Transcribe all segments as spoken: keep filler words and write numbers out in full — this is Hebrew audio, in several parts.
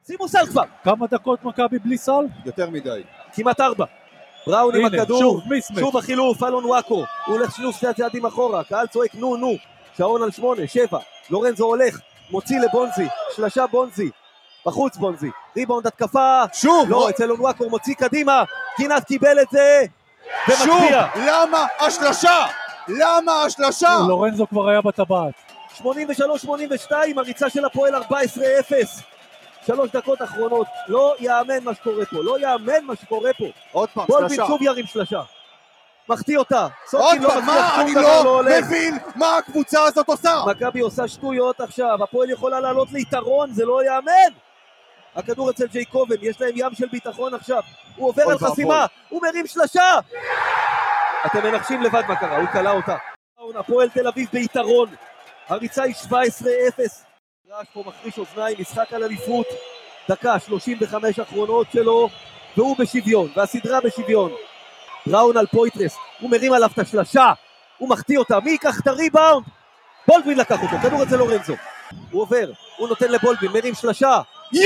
שימו סל כבר. כמה דקות מכבי בלי סל? יותר מדי. כמעט ארבע. בראון עם הכדור, שוב, מיסמץ'. שוב החילוף, אלון וואקו, הוא הולך שילוב שתי הצעדים אחורה, קהל צועק נו נו, שעון על שמונה, שבע, לורנזו הולך, מוציא לבונזי, שלשה בונזי, בחוץ בונזי, ריבאונד התקפה, שוב, לא, אצל אלון וואקו, מוציא קדימה, גינת קיבל את זה, ומצביע. שוב, למה השלשה? למה השלשה? לורנזו כבר היה בטבעת. שמונים ושלוש שמונים ושתיים, הריצה של הפועל ארבע עשרה אפס. שלוש דקות אחרונות, לא יאמן מה שקורה פה, לא יאמן מה שקורה פה. עוד פעם, בולדווין שלושה. שוב ירים שלשה. מחטיא אותה. עוד פעם, מה? אני לא מבין מה הקבוצה הזאת עושה. מכבי עושה שטויות עכשיו, הפועל יכולה לעלות ליתרון, זה לא יאמן. הכדור אצל ג'ייקובן, יש להם ים של ביטחון עכשיו. הוא עובר על חסימה, הוא מרים שלשה. אתם מנחשים לבד מה קרה, הוא קלה אותה. הפועל תל אביב ביתרון. הריצה היא שבע עשרה אפס. רעש פה מחריש אוזניים, משחק על אליפות, דקה שלושים וחמש אחרונות שלו, והוא בשוויון, והסדרה בשוויון. בראון על פויטרס, הוא מרים עליו את השלשה, הוא מחטיא אותה, מי ייקח את הריבאונד? בולדווין לקח אותו, כדור אצל לורנזו. הוא עובר, הוא נותן לבולדווין, מרים שלשה. יש!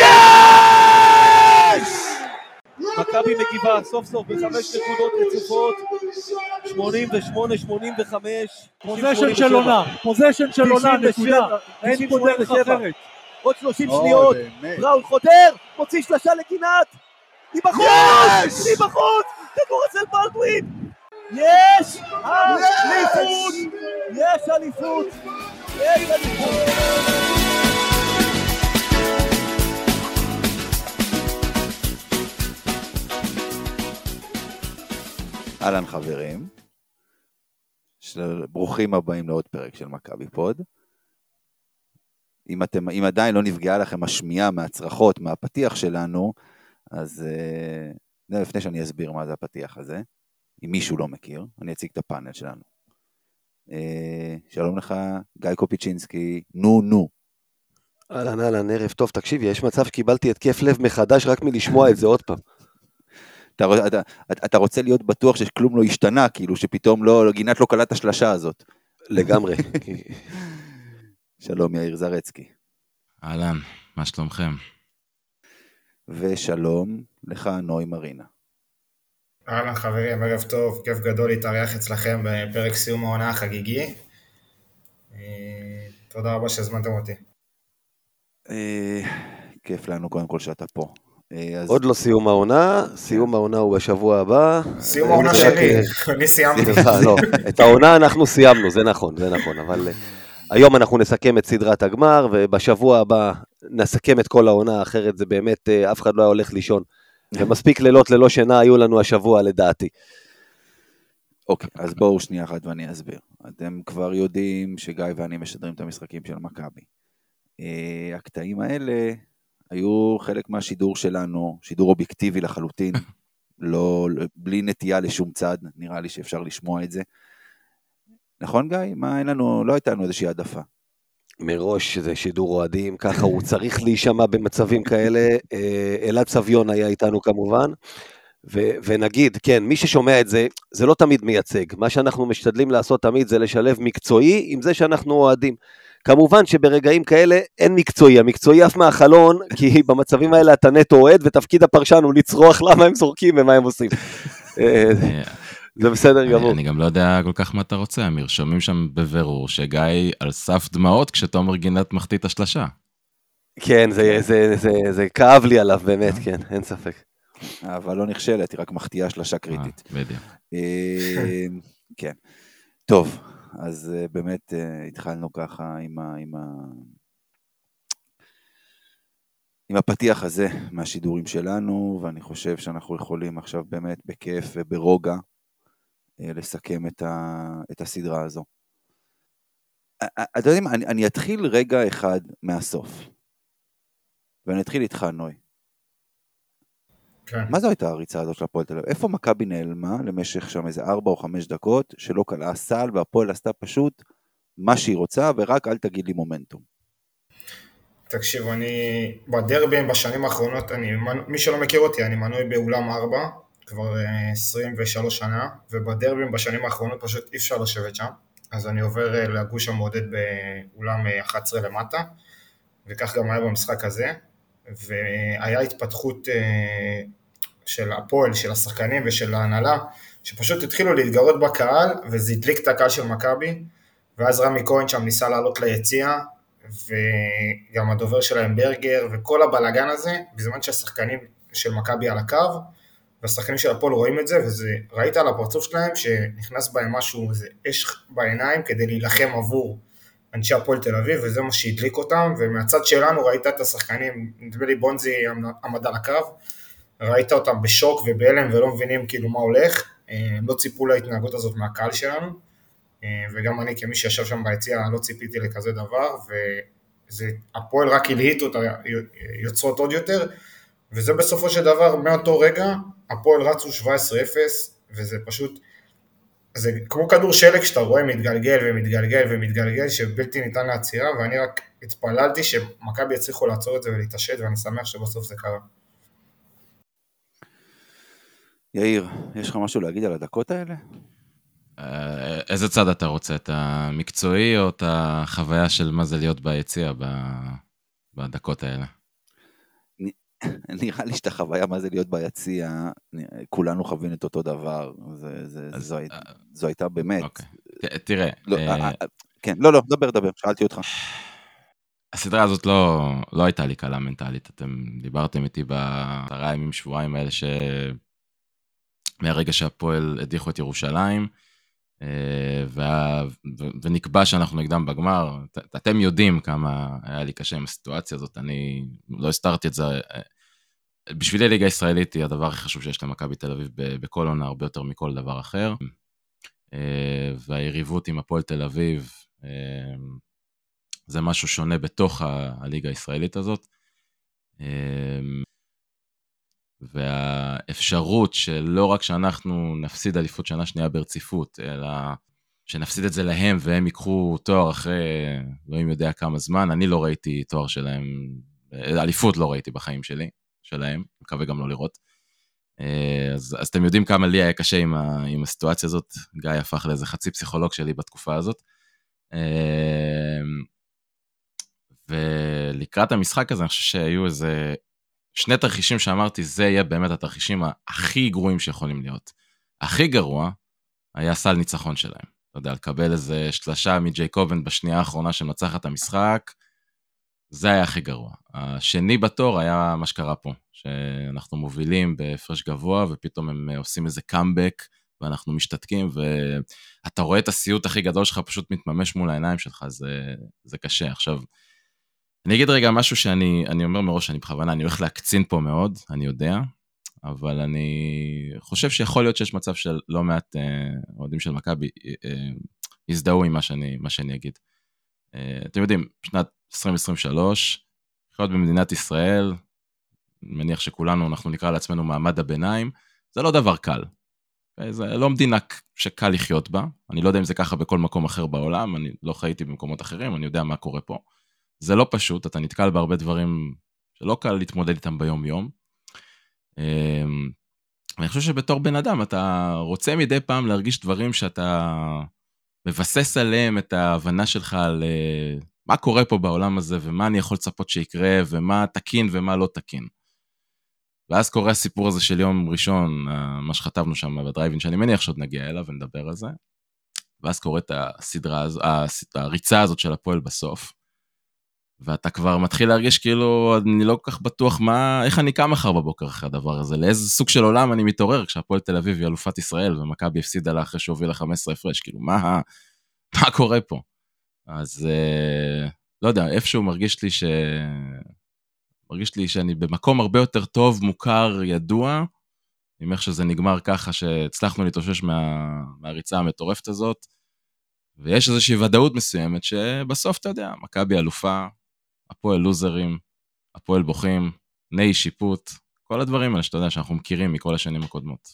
מכבי מגיבה סוף סוף בחמש נקודות רצופות, שמונים ושמונה שמונים וחמש. פוזיישן של עונה, פוזיישן של עונה, נקודה. אין פה דרך אחרת. עוד שלושים שניות, בראון חודר, מוציא שלשה לגינת. היא בחוץ! היא בחוץ! כדור אצל בולדווין! יש! אליפות! יש אליפות! יש אליפות! אהלן חברים, של... ברוכים הבאים לעוד פרק של מכבי פוד. אם, אתם, אם עדיין לא נפגעה לכם השמיעה מהצרחות, מהפתיח שלנו, אז uh, לפני שאני אסביר מה זה הפתיח הזה, אם מישהו לא מכיר, אני אציג את הפאנל שלנו. Uh, שלום לך, גיא קופיצ'ינסקי, נו נו. אהלן אהלן, ערב טוב, תקשיב, יש מצב שקיבלתי התקף לב מחדש רק מלשמוע את זה עוד פעם. אתה, אתה, אתה רוצה להיות בטוח שכלום לא השתנה, כאילו שפתאום לא, גינת לא קלט השלשה הזאת. לגמרי. שלום יאיר זרצקי. אהלן, מה שלומכם? ושלום לך נוי מרינה. אהלן חברים, ערב טוב, כיף גדול להתארח אצלכם בפרק סיום העונה החגיגי. תודה רבה שהזמנתם אותי. כיף לנו קודם כל שאתה פה. עוד לא סיום העונה, סיום העונה הוא בשבוע הבא. סיום העונה שלי, אני סיימתי. לא, את העונה אנחנו סיימנו, זה נכון, זה נכון, אבל היום אנחנו נסכם את סדרת הגמר, ובשבוע הבא נסכם את כל העונה, אחרת זה באמת, אף אחד לא היה הולך לישון. ומספיק לילות ללא שינה היו לנו השבוע לדעתי. אוקיי, אז בואו שנייה אחת ואני אסביר. אתם כבר יודעים שגיא ואני משדרים את המשחקים של מכבי. הקטעים האלה היו חלק מהשידור שלנו, שידור אובייקטיבי לחלוטין, לא, בלי נטייה לשום צד, נראה לי שאפשר לשמוע את זה. נכון גיא? מה, אין לנו, לא הייתה לנו איזושהי העדפה. מראש זה שידור אוהדים, ככה הוא צריך להישמע במצבים כאלה, אלעד סביון היה איתנו כמובן, ו- ונגיד, כן, מי ששומע את זה, זה לא תמיד מייצג, מה שאנחנו משתדלים לעשות תמיד זה לשלב מקצועי עם זה שאנחנו אוהדים, כמובן שברגעים כאלה אין מקצועי, המקצועי אף מהחלון, כי במצבים האלה אתה נטו אוהד, ותפקיד הפרשן הוא לצרוח למה הם זורקים ומה הם עושים. זה בסדר גמור. אני גם לא יודע כל כך מה אתה רוצה, אמיר, שומעים שם בבירור שגיא על סף דמעות כשתומר גינת מחטיא את השלשה. כן, זה כאב לי עליו באמת, כן, אין ספק. אבל לא נכשלת, היא רק מחטיאה שלשה קריטית. בדיוק. כן. טוב, אז באמת התחלנו ככה עם ה... עם ה... עם הפתיח הזה מהשידורים שלנו, ואני חושב שאנחנו יכולים עכשיו באמת בכיף וברוגע לסכם את, ה... את הסדרה הזו. אתם יודעים, אני, אני אתחיל רגע אחד מהסוף, ואני אתחיל איתך נוי. כן. מה זו הייתה הריצה הזאת של הפועל תל אביב? איפה מכבי נעלמה למשך שם איזה ארבע או חמש דקות, שלא קלה סל, והפועל עשתה פשוט מה שהיא רוצה, ורק אל תגיד לי מומנטום. תקשיב, אני בדרבים בשנים האחרונות, אני, מי שלא מכיר אותי, אני מנוי באולם ארבע, כבר עשרים ושלוש שנה, ובדרבים בשנים האחרונות פשוט אי אפשר לשבת שם, אז אני עובר לגוש המעודד באולם אחת עשרה למטה, וכך גם היה במשחק הזה. והיה התפתחות של הפועל, של השחקנים ושל ההנהלה, שפשוט התחילו להתגרות בקהל, וזה הדליק את הקהל של מכבי, ואז רמי כהן שם ניסה לעלות ליציאה, וגם הדובר שלהם ברגר, וכל הבלגן הזה, בזמן שהשחקנים של מכבי על הקו, והשחקנים של הפועל רואים את זה, וראית על הפרצוף שלהם שנכנס בהם משהו, זה אש בעיניים, כדי להילחם עבור אנשי הפועל תל אביב, וזה מה שהדליק אותם, ומהצד שלנו ראית את השחקנים, נדמה לי בונזי עמד על הקו, ראית אותם בשוק ובהלם ולא מבינים כאילו מה הולך, לא ציפו להתנהגות הזאת מהקהל שלנו, וגם אני כמי שישב שם ביציאה לא ציפיתי לכזה דבר, והפועל רק הלהיט אותה יוצרות עוד יותר, וזה בסופו של דבר מאותו רגע, הפועל רצו שבע עשרה אפס, וזה פשוט, זה כמו כדור שלג שאתה רואה מתגלגל ומתגלגל ומתגלגל, שבלתי ניתן לעצירה, ואני רק התפללתי שמכבי יצליחו לעצור את זה ולהתעשת, ואני שמח שבסוף זה קרה. יאיר, יש לך משהו להגיד על הדקות האלה? איזה צד אתה רוצה? את המקצועי או את החוויה של מה זה להיות ביציאה בדקות האלה? נראה לי שאת החוויה מה זה להיות ביציע, כולנו חווים את אותו דבר, זו הייתה באמת. תראה. כן, לא, לא, דבר, דבר, שאלתי אותך. הסדרה הזאת לא, לא הייתה לי קלה מנטלית, אתם דיברתם איתי בעשרה ימים, שבועיים האלה, ש... מהרגע שהפועל הדיחו את ירושלים, וה... ונקבע שאנחנו נקדם בגמר, אתם יודעים כמה היה לי קשה עם הסיטואציה הזאת, אני לא הסתרתי את זה, בשבילי ליגה ישראלית היא הדבר הכי חשוב שיש למכבי תל אביב בכל עונה, הרבה יותר מכל דבר אחר, והיריבות עם הפועל תל אביב, זה משהו שונה בתוך הליגה הישראלית הזאת, והאפשרות שלא רק שאנחנו נפסיד אליפות שנה שנייה ברציפות, אלא שנפסיד את זה להם והם ייקחו תואר אחרי לא יודע כמה זמן, אני לא ראיתי תואר שלהם, אליפות לא ראיתי בחיים שלי, שלהם, מקווה גם לא לראות. אז, אז אתם יודעים כמה לי היה קשה עם, ה, עם הסיטואציה הזאת, גיא הפך לאיזה חצי פסיכולוג שלי בתקופה הזאת. ולקראת המשחק הזה, אני חושב שהיו איזה שני תרחישים שאמרתי, זה יהיה באמת התרחישים הכי גרועים שיכולים להיות. הכי גרוע היה סל ניצחון שלהם. אתה יודע, לקבל איזה שלשה מג'ייקובן בשנייה האחרונה שמנצח את המשחק, זה היה הכי גרוע. השני בתור היה מה שקרה פה, שאנחנו מובילים בהפרש גבוה, ופתאום הם עושים איזה קאמבק, ואנחנו משתתקים, ואתה רואה את הסיוט הכי גדול שלך פשוט מתממש מול העיניים שלך, זה, זה קשה. עכשיו, אני אגיד רגע משהו שאני אני אומר מראש, אני בכוונה, אני הולך להקצין פה מאוד, אני יודע, אבל אני חושב שיכול להיות שיש מצב של לא מעט אוהדים של מכבי יזדהו עם מה שאני, מה שאני אגיד. אתם יודעים, שנת עשרים עשרים ושלוש, לחיות במדינת ישראל, מניח שכולנו, אנחנו נקרא לעצמנו מעמד הביניים, זה לא דבר קל. זה לא מדינה שקל לחיות בה, אני לא יודע אם זה ככה בכל מקום אחר בעולם, אני לא חייתי במקומות אחרים, אני יודע מה קורה פה. זה לא פשוט, אתה נתקל בהרבה דברים שלא קל להתמודד איתם ביום יום. אני חושב שבתור בן אדם, אתה רוצה מדי פעם להרגיש דברים שאתה מבסס עליהם את ההבנה שלך על מה קורה פה בעולם הזה, ומה אני יכול לצפות שיקרה, ומה תקין ומה לא תקין. ואז קורה הסיפור הזה של יום ראשון, מה שכתבנו שם בדרייבין, שאני מניח שעוד נגיע אליו ונדבר על זה, ואז קורה את הסדרה, הריצה הזאת של הפועל בסוף, ואתה כבר מתחיל להרגיש כאילו, אני לא כל כך בטוח מה, איך אני קם מחר בבוקר אחרי הדבר הזה, לאיזה סוג של עולם אני מתעורר, כשהפועל תל אביב היא אלופת ישראל, ומכבי הפסידה לה אחרי שהובילה חמש עשרה הפרש, כאילו, מה, מה קורה פה? אז, לא יודע, איפשהו מרגיש לי ש... מרגיש לי שאני במקום הרבה יותר טוב, מוכר, ידוע, עם איך שזה נגמר ככה, שהצלחנו להתאושש מה... מהריצה המטורפת הזאת, ויש איזושהי ודאות מסוימת, שבסוף אתה יודע, מכבי אלופה, הפועל לוזרים, הפועל בוכים, נאי שיפוט, כל הדברים האלה שאתה יודע שאנחנו מכירים מכל השנים הקודמות.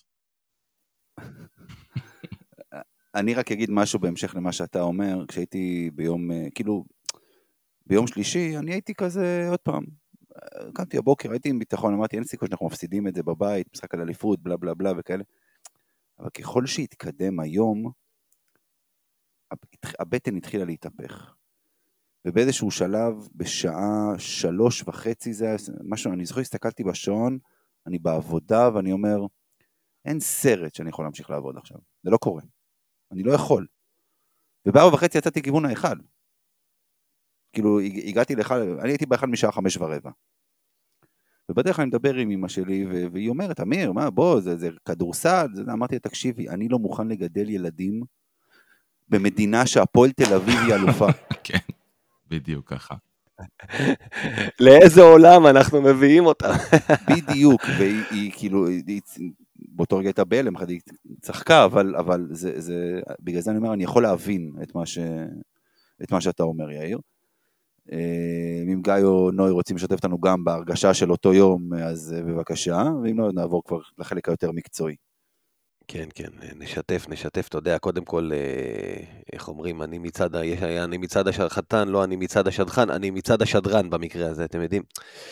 אני רק אגיד משהו בהמשך למה שאתה אומר, כשהייתי ביום, כאילו, ביום שלישי, אני הייתי כזה, עוד פעם, קמתי הבוקר, הייתי עם ביטחון, אמרתי, אין סיכוי שאנחנו מפסידים את זה בבית, משחק על אליפות, בלה בלה בלה וכאלה, אבל ככל שהתקדם היום, הבטן התחילה להתהפך. ובאיזשהו שלב, בשעה שלוש וחצי, זה היה משהו, אני זוכר, הסתכלתי בשעון, אני בעבודה, ואני אומר, אין סרט שאני יכול להמשיך לעבוד עכשיו. זה לא קורה. אני לא יכול. ובארבע וחצי יצאתי כיוון האחד. כאילו, הגעתי לאחד, אני הייתי באחד משעה חמש ורבע. ובדרך אני מדבר עם אמא שלי, והיא אומרת, אמיר, מה, בוא, זה, זה כדורסל. זה, אמרתי, תקשיבי, אני לא מוכן לגדל ילדים במדינה שהפועל תל אביב היא אלופה. כן, בדיוק ככה. לאיזה עולם אנחנו מביאים אותה. בדיוק, והיא היא, כאילו, היא, באותו רגע הייתה בהלם, היא צחקה, אבל, אבל זה, זה, בגלל זה אני אומר, אני יכול להבין את מה, ש, את מה שאתה אומר, יאיר. אם גיא או נוי רוצים לשתף אותנו גם בהרגשה של אותו יום, אז בבקשה, ואם לא, נעבור כבר לחלק היותר מקצועי. כן, כן, נשתף, נשתף, אתה יודע, קודם כל, איך אומרים, אני מצד, אני מצד השחתן, לא אני מצד השדחן, אני מצד השדרן במקרה הזה, אתם יודעים.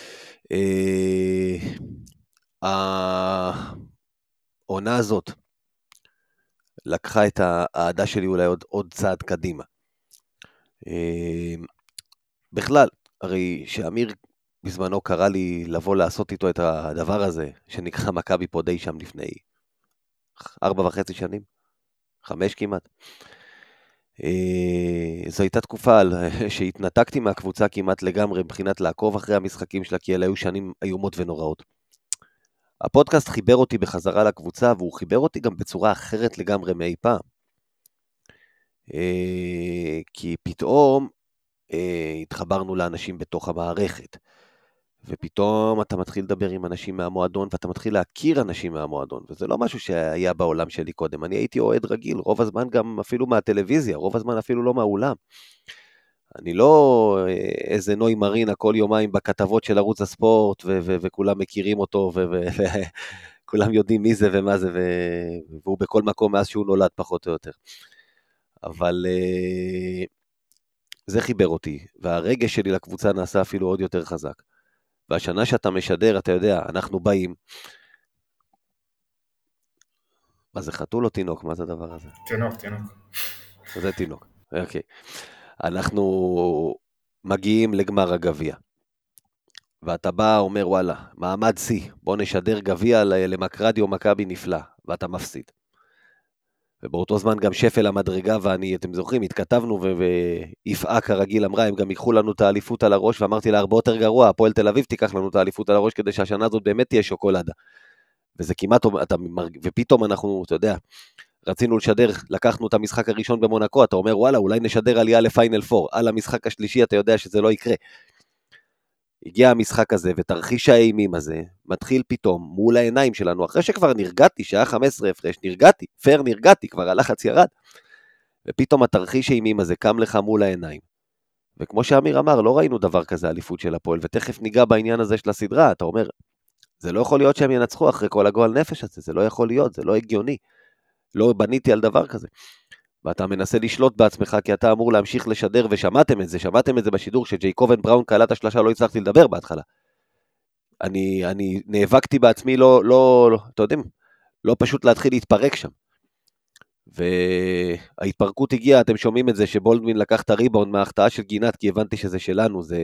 העונה הזאת לקחה את העדה שלי אולי עוד, עוד צעד קדימה. בכלל, הרי שאמיר בזמנו קרא לי לבוא לעשות איתו את הדבר הזה, שנקרא מכבי פודי שם לפני ארבע וחצי שנים, חמש כמעט. זו הייתה תקופה שהתנתקתי מהקבוצה כמעט לגמרי, מבחינת לעקוב אחרי המשחקים שלה, כי אלה היו שנים איומות ונוראות. הפודקאסט חיבר אותי בחזרה לקבוצה, והוא חיבר אותי גם בצורה אחרת לגמרי מאי פעם. כי פתאום התחברנו לאנשים בתוך המערכת, ופתאום אתה מתחיל לדבר עם אנשים מהמועדון, ואתה מתחיל להכיר אנשים מהמועדון, וזה לא משהו שהיה בעולם שלי קודם. אני הייתי אוהד רגיל, רוב הזמן גם אפילו מהטלוויזיה, רוב הזמן אפילו לא מהאולם. אני לא איזה נוי מרינה כל יומיים בכתבות של ערוץ הספורט, ו- ו- וכולם מכירים אותו, וכולם יודעים מי זה ומה זה, ו- והוא בכל מקום מאז שהוא נולד פחות או יותר. אבל זה חיבר אותי, והרגש שלי לקבוצה נעשה אפילו עוד יותר חזק. והשנה שאתה משדר, אתה יודע, אנחנו באים. מה זה, חתול או תינוק? מה זה הדבר הזה? תינוק, תינוק. זה תינוק, אוקיי. אנחנו מגיעים לגמר הגביע. ואתה בא, אומר, וואלה, מעמד C, בוא נשדר גביע למקרדיו מכבי נפלא, ואתה מפסיד. ובאותו זמן גם שפל המדרגה, ואני, אתם זוכרים, התכתבנו, ויפעה כרגיל אמרה, הם גם ייקחו לנו את האליפות על הראש, ואמרתי לה, הרבה יותר גרוע, הפועל תל אביב תיקח לנו את האליפות על הראש, כדי שהשנה הזאת באמת תהיה שוקולדה. וזה כמעט, אתה, ופתאום אנחנו, אתה יודע, רצינו לשדר, לקחנו את המשחק הראשון במונקו, אתה אומר, וואלה, אולי נשדר עלייה לפיינל פור, על המשחק השלישי, אתה יודע שזה לא יקרה. הגיע המשחק הזה, ותרחיש האימים הזה, מתחיל פתאום מול העיניים שלנו, אחרי שכבר נרגעתי, שעה חמש עשרה הפרש, נרגעתי, פר נרגעתי, כבר הלחץ ירד, ופתאום התרחיש האימים הזה קם לך מול העיניים. וכמו שאמיר אמר, לא ראינו דבר כזה אליפות של הפועל, ותכף ניגע בעניין הזה של הסדרה, אתה אומר, זה לא יכול להיות שהם ינצחו אחרי כל הגועל נפש הזה, זה לא יכול להיות, זה לא הגיוני, לא בניתי על דבר כזה. ואתה מנסה לשלוט בעצמך, כי אתה אמור להמשיך לשדר, ושמעתם את זה, שמעתם את זה בשידור, שג'ייקובן בראון קלט השלשה, לא הצלחתי לדבר בהתחלה. אני, אני נאבקתי בעצמי, לא, לא, לא, אתה יודעים, לא פשוט להתחיל להתפרק שם. וההתפרקות הגיעה, אתם שומעים את זה, שבולדווין לקח את הריבאונד מההחטאה של גינת, כי הבנתי שזה שלנו, זה...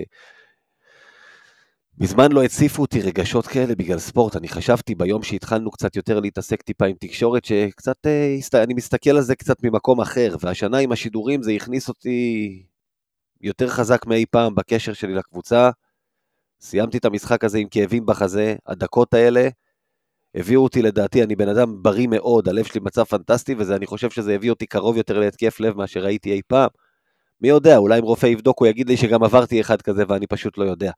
בזמן לא הציפו אותי רגשות כאלה בגלל ספורט, אני חשבתי ביום שהתחלנו קצת יותר להתעסק טיפה עם תקשורת, שקצת, אני מסתכל על זה קצת ממקום אחר, והשנה עם השידורים זה הכניס אותי יותר חזק מאי פעם בקשר שלי לקבוצה, סיימתי את המשחק הזה עם כאבים בחזה, הדקות האלה הביאו אותי לדעתי, אני בן אדם בריא מאוד, הלב שלי מצב פנטסטי, וזה אני חושב שזה הביא אותי קרוב יותר להתקף לב מה שראיתי אי פעם, מי יודע, אולי אם רופא יבדוק הוא יגיד לי שגם עברתי אחד כזה ואני פשוט לא יודע.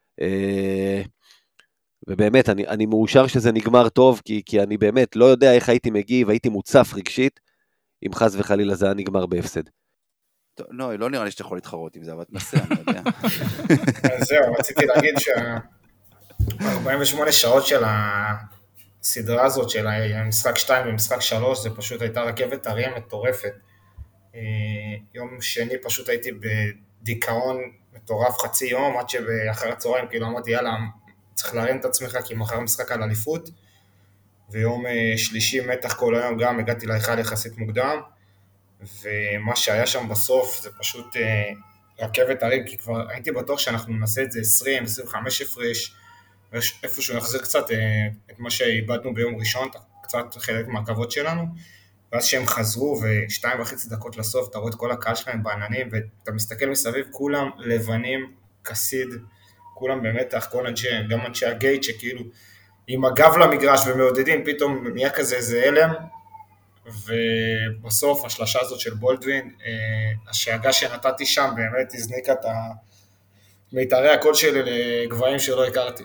ובאמת אני, אני מאושר שזה נגמר טוב, כי, כי אני באמת לא יודע איך הייתי מגיב, הייתי מוצף רגשית, אם חס וחלילה זה היה נגמר בהפסד. טוב, לא, לא נראה לי שאתה יכול להתחרות עם זה, אבל תנסה, אני יודע. אז זהו, רציתי להגיד ש-ארבעים ושמונה שעות של הסדרה הזאת, של המשחק שתיים ומשחק שלוש, זה פשוט הייתה רכבת הרים מטורפת. יום שני פשוט הייתי בדיכאון מטורף חצי יום, עד שאחר הצהריים כאילו אמרתי, יאללה, צריך להרים את עצמך, כי מחר משחק על אליפות, ויום שלישי מתח כל היום גם, הגעתי להיכל יחסית מוקדם, ומה שהיה שם בסוף זה פשוט רכבת הרים, כי כבר הייתי בטוח שאנחנו נעשה את זה עשרים, עשרים וחמש הפרש, ואיפשהו נחזיר קצת את מה שאיבדנו ביום ראשון, קצת חלק מהכבוד שלנו, ואז שהם חזרו, ושתיים וחצי דקות לסוף, אתה רואה את כל הקהל שלהם בעננים, ואתה מסתכל מסביב, כולם לבנים, כסיד, כולם באמת, כל אנשי, גם אנשי הגייט, שכאילו, עם הגב למגרש ומעודדים, פתאום נהיה כזה איזה אלם, ובסוף השלשה הזאת של בולדווין, השאגה שנתתי שם באמת הזניקה את מיתרי הקול שלי לגבהים שלא הכרתי.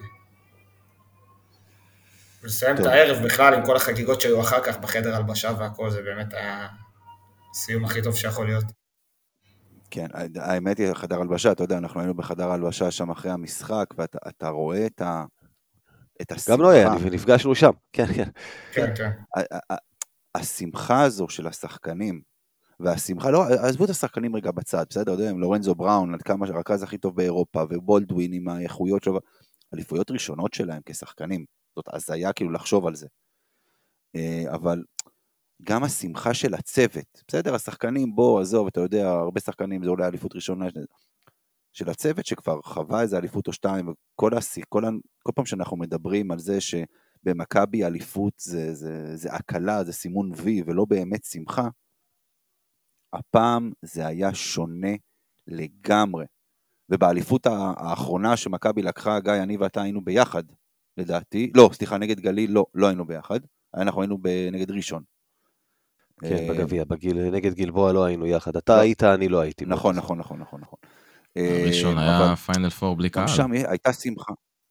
ולסיים את הערב בכלל עם כל החגיגות שהיו אחר כך בחדר הלבשה והכל, זה באמת היה הסיום הכי טוב שיכול להיות. כן, האמת היא חדר הלבשה, אתה יודע, אנחנו היינו בחדר הלבשה שם אחרי המשחק, ואתה רואה את ה... גם לא היה, נפגשנו שם, כן, כן. כן, כן. השמחה הזו של השחקנים, והשמחה, לא, עזבו את השחקנים רגע בצד, בסדר, יודע, עם לורנזו בראון, עד כמה הרכז הכי טוב באירופה, ובולדווין עם האיכויות שלו, אליפויות ראשונות שלהם כשחקנים, זאת הזיה כאילו לחשוב על זה. אבל גם השמחה של הצוות, בסדר, השחקנים, בוא, עזוב, אתה יודע, הרבה שחקנים זה אולי אליפות ראשונה, של הצוות שכבר חווה איזה אליפות או שתיים, וכל הסיך, כל, כל פעם שאנחנו מדברים על זה שבמכבי אליפות זה, זה, זה הקלה, זה סימון וי, ולא באמת שמחה, הפעם זה היה שונה לגמרי. ובאליפות האחרונה שמכבי לקחה, גיא, אני ואתה היינו ביחד, לדעתי, לא, סליחה, נגד גליל, לא, לא היינו ביחד, אנחנו היינו נגד ראשון. כן, בגביע, בגיל, נגד גלבוע לא היינו יחד, אתה היית, אני לא הייתי. נכון, נכון, נכון, נכון, נכון. הראשון היה פיינל פור בלי קהל. שם הייתה שמחה.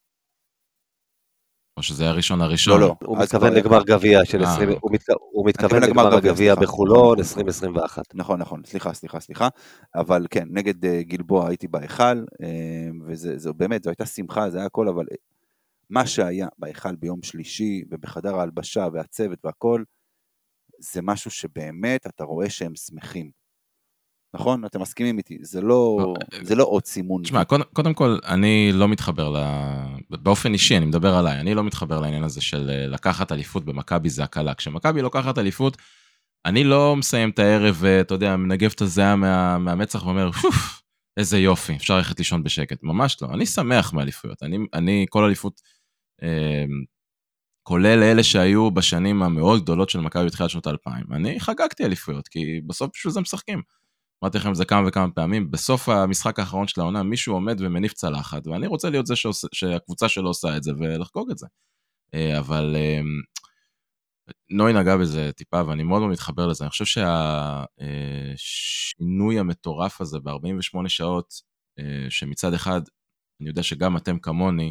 או שזה היה ראשון הראשון. לא, לא. הוא מתכוון לגמר גביע של עשרים, הוא מתכוון לגמר גביע בחולון עשרים עשרים ואחת. נכון, נכון, סליחה, סליחה, סליחה. אבל כן, נגד גלבוע הייתי בהיכל, וזה באמת, זו הייתה שמחה, זה היה הכל, אבל מה שהיה בהיכל ביום שלישי, ובחדר ההלבשה והצוות והכל, זה משהו שבאמת אתה רואה שהם שמחים. נכון? אתם מסכימים איתי, זה לא, זה לא עוד סימון. תשמע, קודם, קודם כל, אני לא מתחבר ל... באופן אישי, אני מדבר עליי, אני לא מתחבר לעניין הזה של לקחת אליפות במכבי זה הקלה. כשמכבי לוקחת אליפות, אני לא מסיים את הערב, ואתה יודע, מנגב את הזיעה מה, מהמצח ואומר, פוף, איזה יופי, אפשר ללכת לישון בשקט. ממש לא, אני שמח מאליפויות. אני, אני כל אליפות, אה, כולל אלה שהיו בשנים המאוד גדולות של מכבי בתחילת שנות האלפיים, אני חגגתי אליפויות, כי בסוף בשביל זה משחקים. אמרתי לכם זה כמה וכמה פעמים, בסוף המשחק האחרון של העונה, מישהו עומד ומניף צלחת, ואני רוצה להיות זה שעושה, שהקבוצה שלו עושה את זה, ולחגוג את זה. אבל נוי נגע בזה טיפה, ואני מאוד מאוד מתחבר לזה, אני חושב שהשינוי המטורף הזה, ב-ארבעים ושמונה שעות, שמצד אחד, אני יודע שגם אתם כמוני,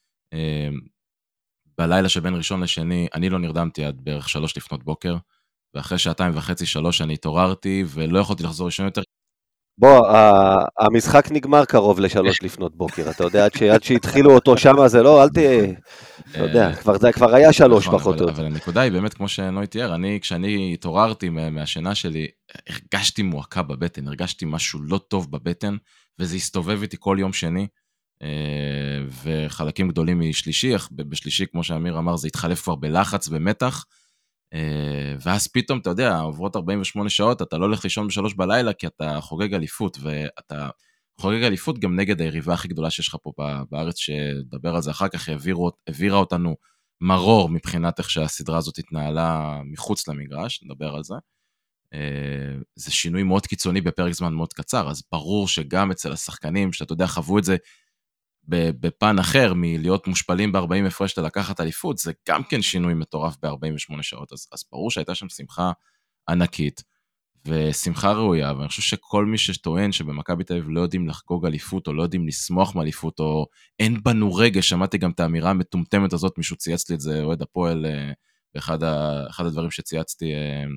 בלילה שבין ראשון לשני, אני לא נרדמתי עד בערך שלוש לפנות בוקר, ואחרי שעתיים וחצי, שלוש, אני התעוררתי, ולא יכולתי לחזור ראשון יותר. בוא, המשחק נגמר קרוב לשלוש לפנות בוקר, אתה יודע, עד שהתחילו אותו שם, זה לא, אל תהיה, אתה יודע, זה כבר היה שלוש פחות. אבל הנקודה היא באמת, כמו שנוי תיאר, אני, כשאני התעוררתי מהשינה שלי, הרגשתי מועקה בבטן, הרגשתי משהו לא טוב בבטן, וזה הסתובב איתי כל יום שני, וחלקים גדולים משלישי, בשלישי, כמו שאמיר אמר, זה התחלף כבר בלחץ, במתח, ואז פתאום, אתה יודע, עוברות ארבעים ושמונה שעות, אתה לא הולך לישון בשלוש בלילה, כי אתה חוגג אליפות, ואתה חוגג אליפות גם נגד היריבה הכי גדולה שיש לך פה בארץ, שדבר על זה אחר כך, העבירה אותנו מרור, מבחינת איך שהסדרה הזאת התנהלה מחוץ למגרש, נדבר על זה. זה שינוי מאוד קיצוני בפרק זמן מאוד קצר, אז ברור שגם אצל השחקנים, שאתה יודע, חוו את זה, בפן אחר, מלהיות מושפלים ב-ארבעים הפרש לקחת אליפות, זה גם כן שינוי מטורף ב-ארבעים ושמונה שעות, אז, אז ברור שהייתה שם שמחה ענקית, ושמחה ראויה, ואני חושב שכל מי שטוען שבמכבי תל אביב לא יודעים לחגוג אליפות, או לא יודעים לשמוח מאליפות, או אין בנו רגע, שמעתי גם את האמירה המטומטמת הזאת, מישהו צייץ לי את זה, אוהד הפועל, באחד אחד הדברים שצייצתי,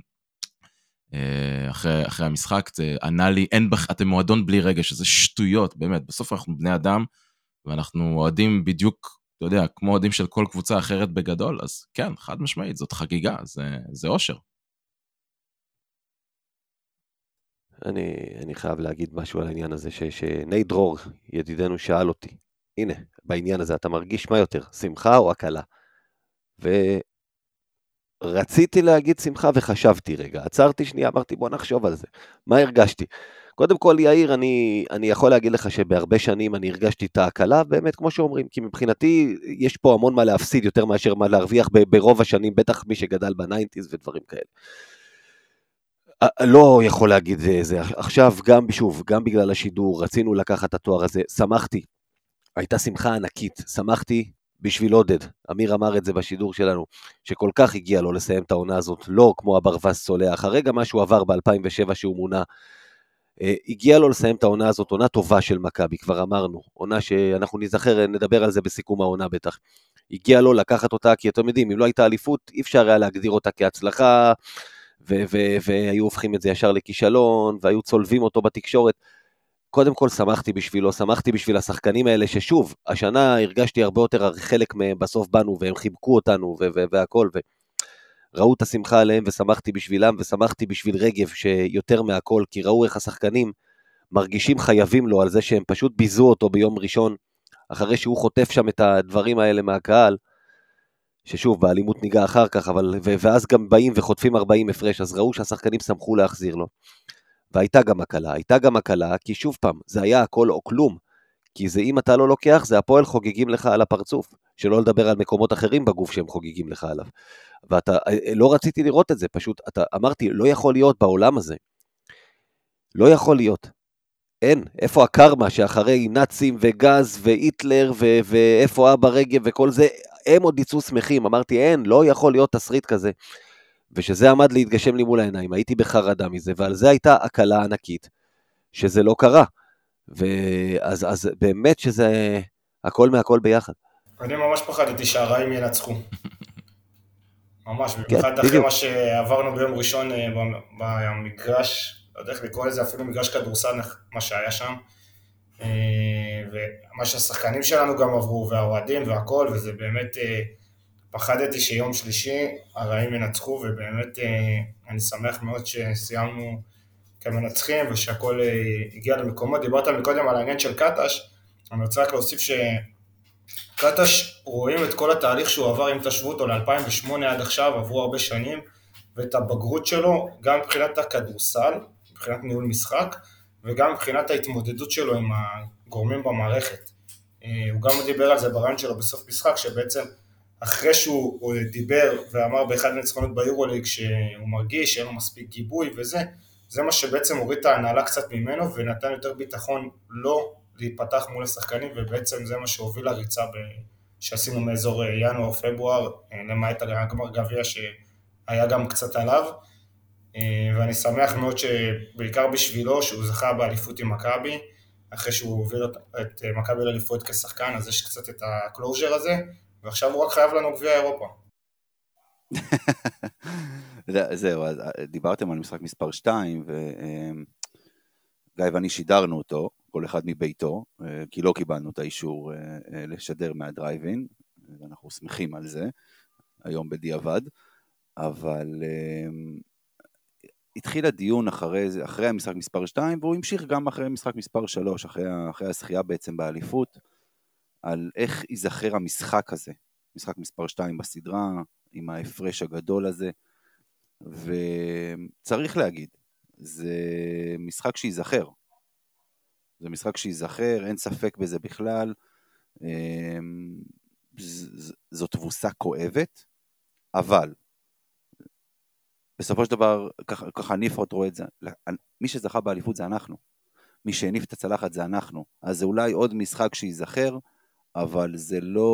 אחרי, אחרי המשחק, זה ענה לי, אין, אתם מועדון בלי רגע, שזה שטויות, באמת, בסוף אנחנו בני אדם, ואנחנו אוהדים בדיוק, אתה יודע, כמו אוהדים של כל קבוצה אחרת בגדול, אז כן, חד משמעית, זאת חגיגה, זה, זה אושר. אני, אני חייב להגיד משהו על העניין הזה, ש, שני דרור, ידידנו, שאל אותי, הנה, בעניין הזה, אתה מרגיש מה יותר, שמחה או הקלה? ורציתי להגיד שמחה וחשבתי רגע, עצרתי שנייה, אמרתי בוא נחשוב על זה, מה הרגשתי? קודם כל, יאיר, אני, אני יכול להגיד לך שבהרבה שנים אני הרגשתי את ההקלה, באמת כמו שאומרים, כי מבחינתי יש פה המון מה להפסיד יותר מאשר מה להרוויח ברוב השנים, בטח מי שגדל בניינטיז ודברים כאלה. לא יכול להגיד זה. עכשיו גם, שוב, גם בגלל השידור, רצינו לקחת את התואר הזה, שמחתי, הייתה שמחה ענקית, שמחתי בשביל עודד, אמיר אמר את זה בשידור שלנו, שכל כך הגיע לו לסיים את העונה הזאת, לא כמו הברווז סולח, הרגע מה שהוא עבר ב-אלפיים ושבע שהוא מונה, הגיע לו לסיים את העונה הזאת, עונה טובה של מכבי, כבר אמרנו, עונה שאנחנו נזכר, נדבר על זה בסיכום העונה בטח, הגיע לו לקחת אותה, כי אתם יודעים, אם לא הייתה אליפות, אי אפשר היה להגדיר אותה כהצלחה, ו- ו- והיו הופכים את זה ישר לכישלון, והיו צולבים אותו בתקשורת, קודם כל שמחתי בשבילו, שמחתי בשביל השחקנים האלה, ששוב, השנה הרגשתי הרבה יותר חלק מהם בסוף בנו, והם חיבקו אותנו ו- ו- והכל, וראו את השמחה עליהם, ושמחתי בשבילם, ושמחתי בשביל רגב, שיותר מהכל, כי ראו איך השחקנים מרגישים חייבים לו, על זה שהם פשוט ביזו אותו ביום ראשון, אחרי שהוא חוטף שם את הדברים האלה מהקהל, ששוב, באלימות ניגע אחר כך, אבל, ו- ואז גם באים וחוטפים ארבעים הפרש, אז ראו שהשחקנים שמחו להחזיר לו. והייתה גם הקלה, הייתה גם הקלה, כי שוב פעם, זה היה הכל או כלום, כי זה אם אתה לא לוקח, זה הפועל חוגגים לך על הפרצוף, שלא לדבר על מקומות אחרים בגוף שהם חוגגים לך עליו, ואתה, לא רציתי לראות את זה, פשוט, אתה אמרתי, לא יכול להיות בעולם הזה, לא יכול להיות, אין, איפה הקרמה שאחרי נאצים וגז והיטלר, ו- ואיפה אבא רגב וכל זה, הם עוד יצאו שמחים, אמרתי, אין, לא יכול להיות תסריט כזה, ושזה עמד להתגשם לי מול העיניים, הייתי בחרדה מזה, ועל זה הייתה הקלה ענקית, שזה לא קרה, ואז אז באמת שזה הכל מהכל ביחד. אני ממש פחדתי שהרעים ינצחו. ממש, במיוחד אחרי מה שעברנו ביום ראשון במגרש, לא יודע איך לקרוא לזה, אפילו מגרש כדורסל, מה שהיה שם, ומה שהשחקנים שלנו גם עברו, והאוהדים והכל, וזה באמת... פחדתי שיום שלישי הרעים ינצחו, ובאמת אני שמח מאוד שסיימנו כמנצחים, ושהכל הגיע למקומות. דיברת מקודם על העניין של קטש, אני רוצה רק להוסיף שקטש רואים את כל התהליך שהוא עבר, אם תשוו אותו ל-אלפיים ושמונה עד עכשיו, עברו הרבה שנים, ואת הבגרות שלו, גם מבחינת הכדורסל, מבחינת ניהול משחק, וגם מבחינת ההתמודדות שלו עם הגורמים במערכת. הוא גם דיבר על זה ברעיון שלו בסוף משחק, שבעצם אחרי שהוא דיבר ואמר באחד הניצחונות ביורוליג שהוא מרגיש שאין לו מספיק גיבוי וזה, זה מה שבעצם הוריד את ההנהלה קצת ממנו ונתן יותר ביטחון לא להיפתח מול השחקנים, ובעצם זה מה שהוביל לריצה שעשינו מאזור ינואר-פברואר, למעט על הגמר גביע שהיה גם קצת עליו, ואני שמח מאוד שבעיקר בשבילו שהוא זכה באליפות עם מכבי, אחרי שהוא הוביל את מכבי לאליפות כשחקן, אז יש קצת את הקלוז'ר הזה, ועכשיו הוא רק חייב לנו גביע אירופה. זהו, אז דיברתם על משחק מספר שתיים, וגיא ואני שידרנו אותו, כל אחד מביתו, כי לא קיבלנו את האישור לשדר מהדרייבין, ואנחנו שמחים על זה, היום בדיעבד, אבל התחיל הדיון אחרי, אחרי המשחק מספר שתיים, והוא המשיך גם אחרי משחק מספר שלוש, אחרי, אחרי הזכייה בעצם באליפות, על איך ייזכר המשחק הזה, משחק מספר שתיים בסדרה, עם ההפרש הגדול הזה, וצריך להגיד, זה משחק שייזכר, זה משחק שייזכר, אין ספק בזה בכלל, זו תבוסה כואבת, אבל בסופו של דבר, ככה אני לפחות רואה את זה, מי שזכה באליפות זה אנחנו, מי שהניף את הצלחת זה אנחנו, אז זה אולי עוד משחק שייזכר, אבל זה לא,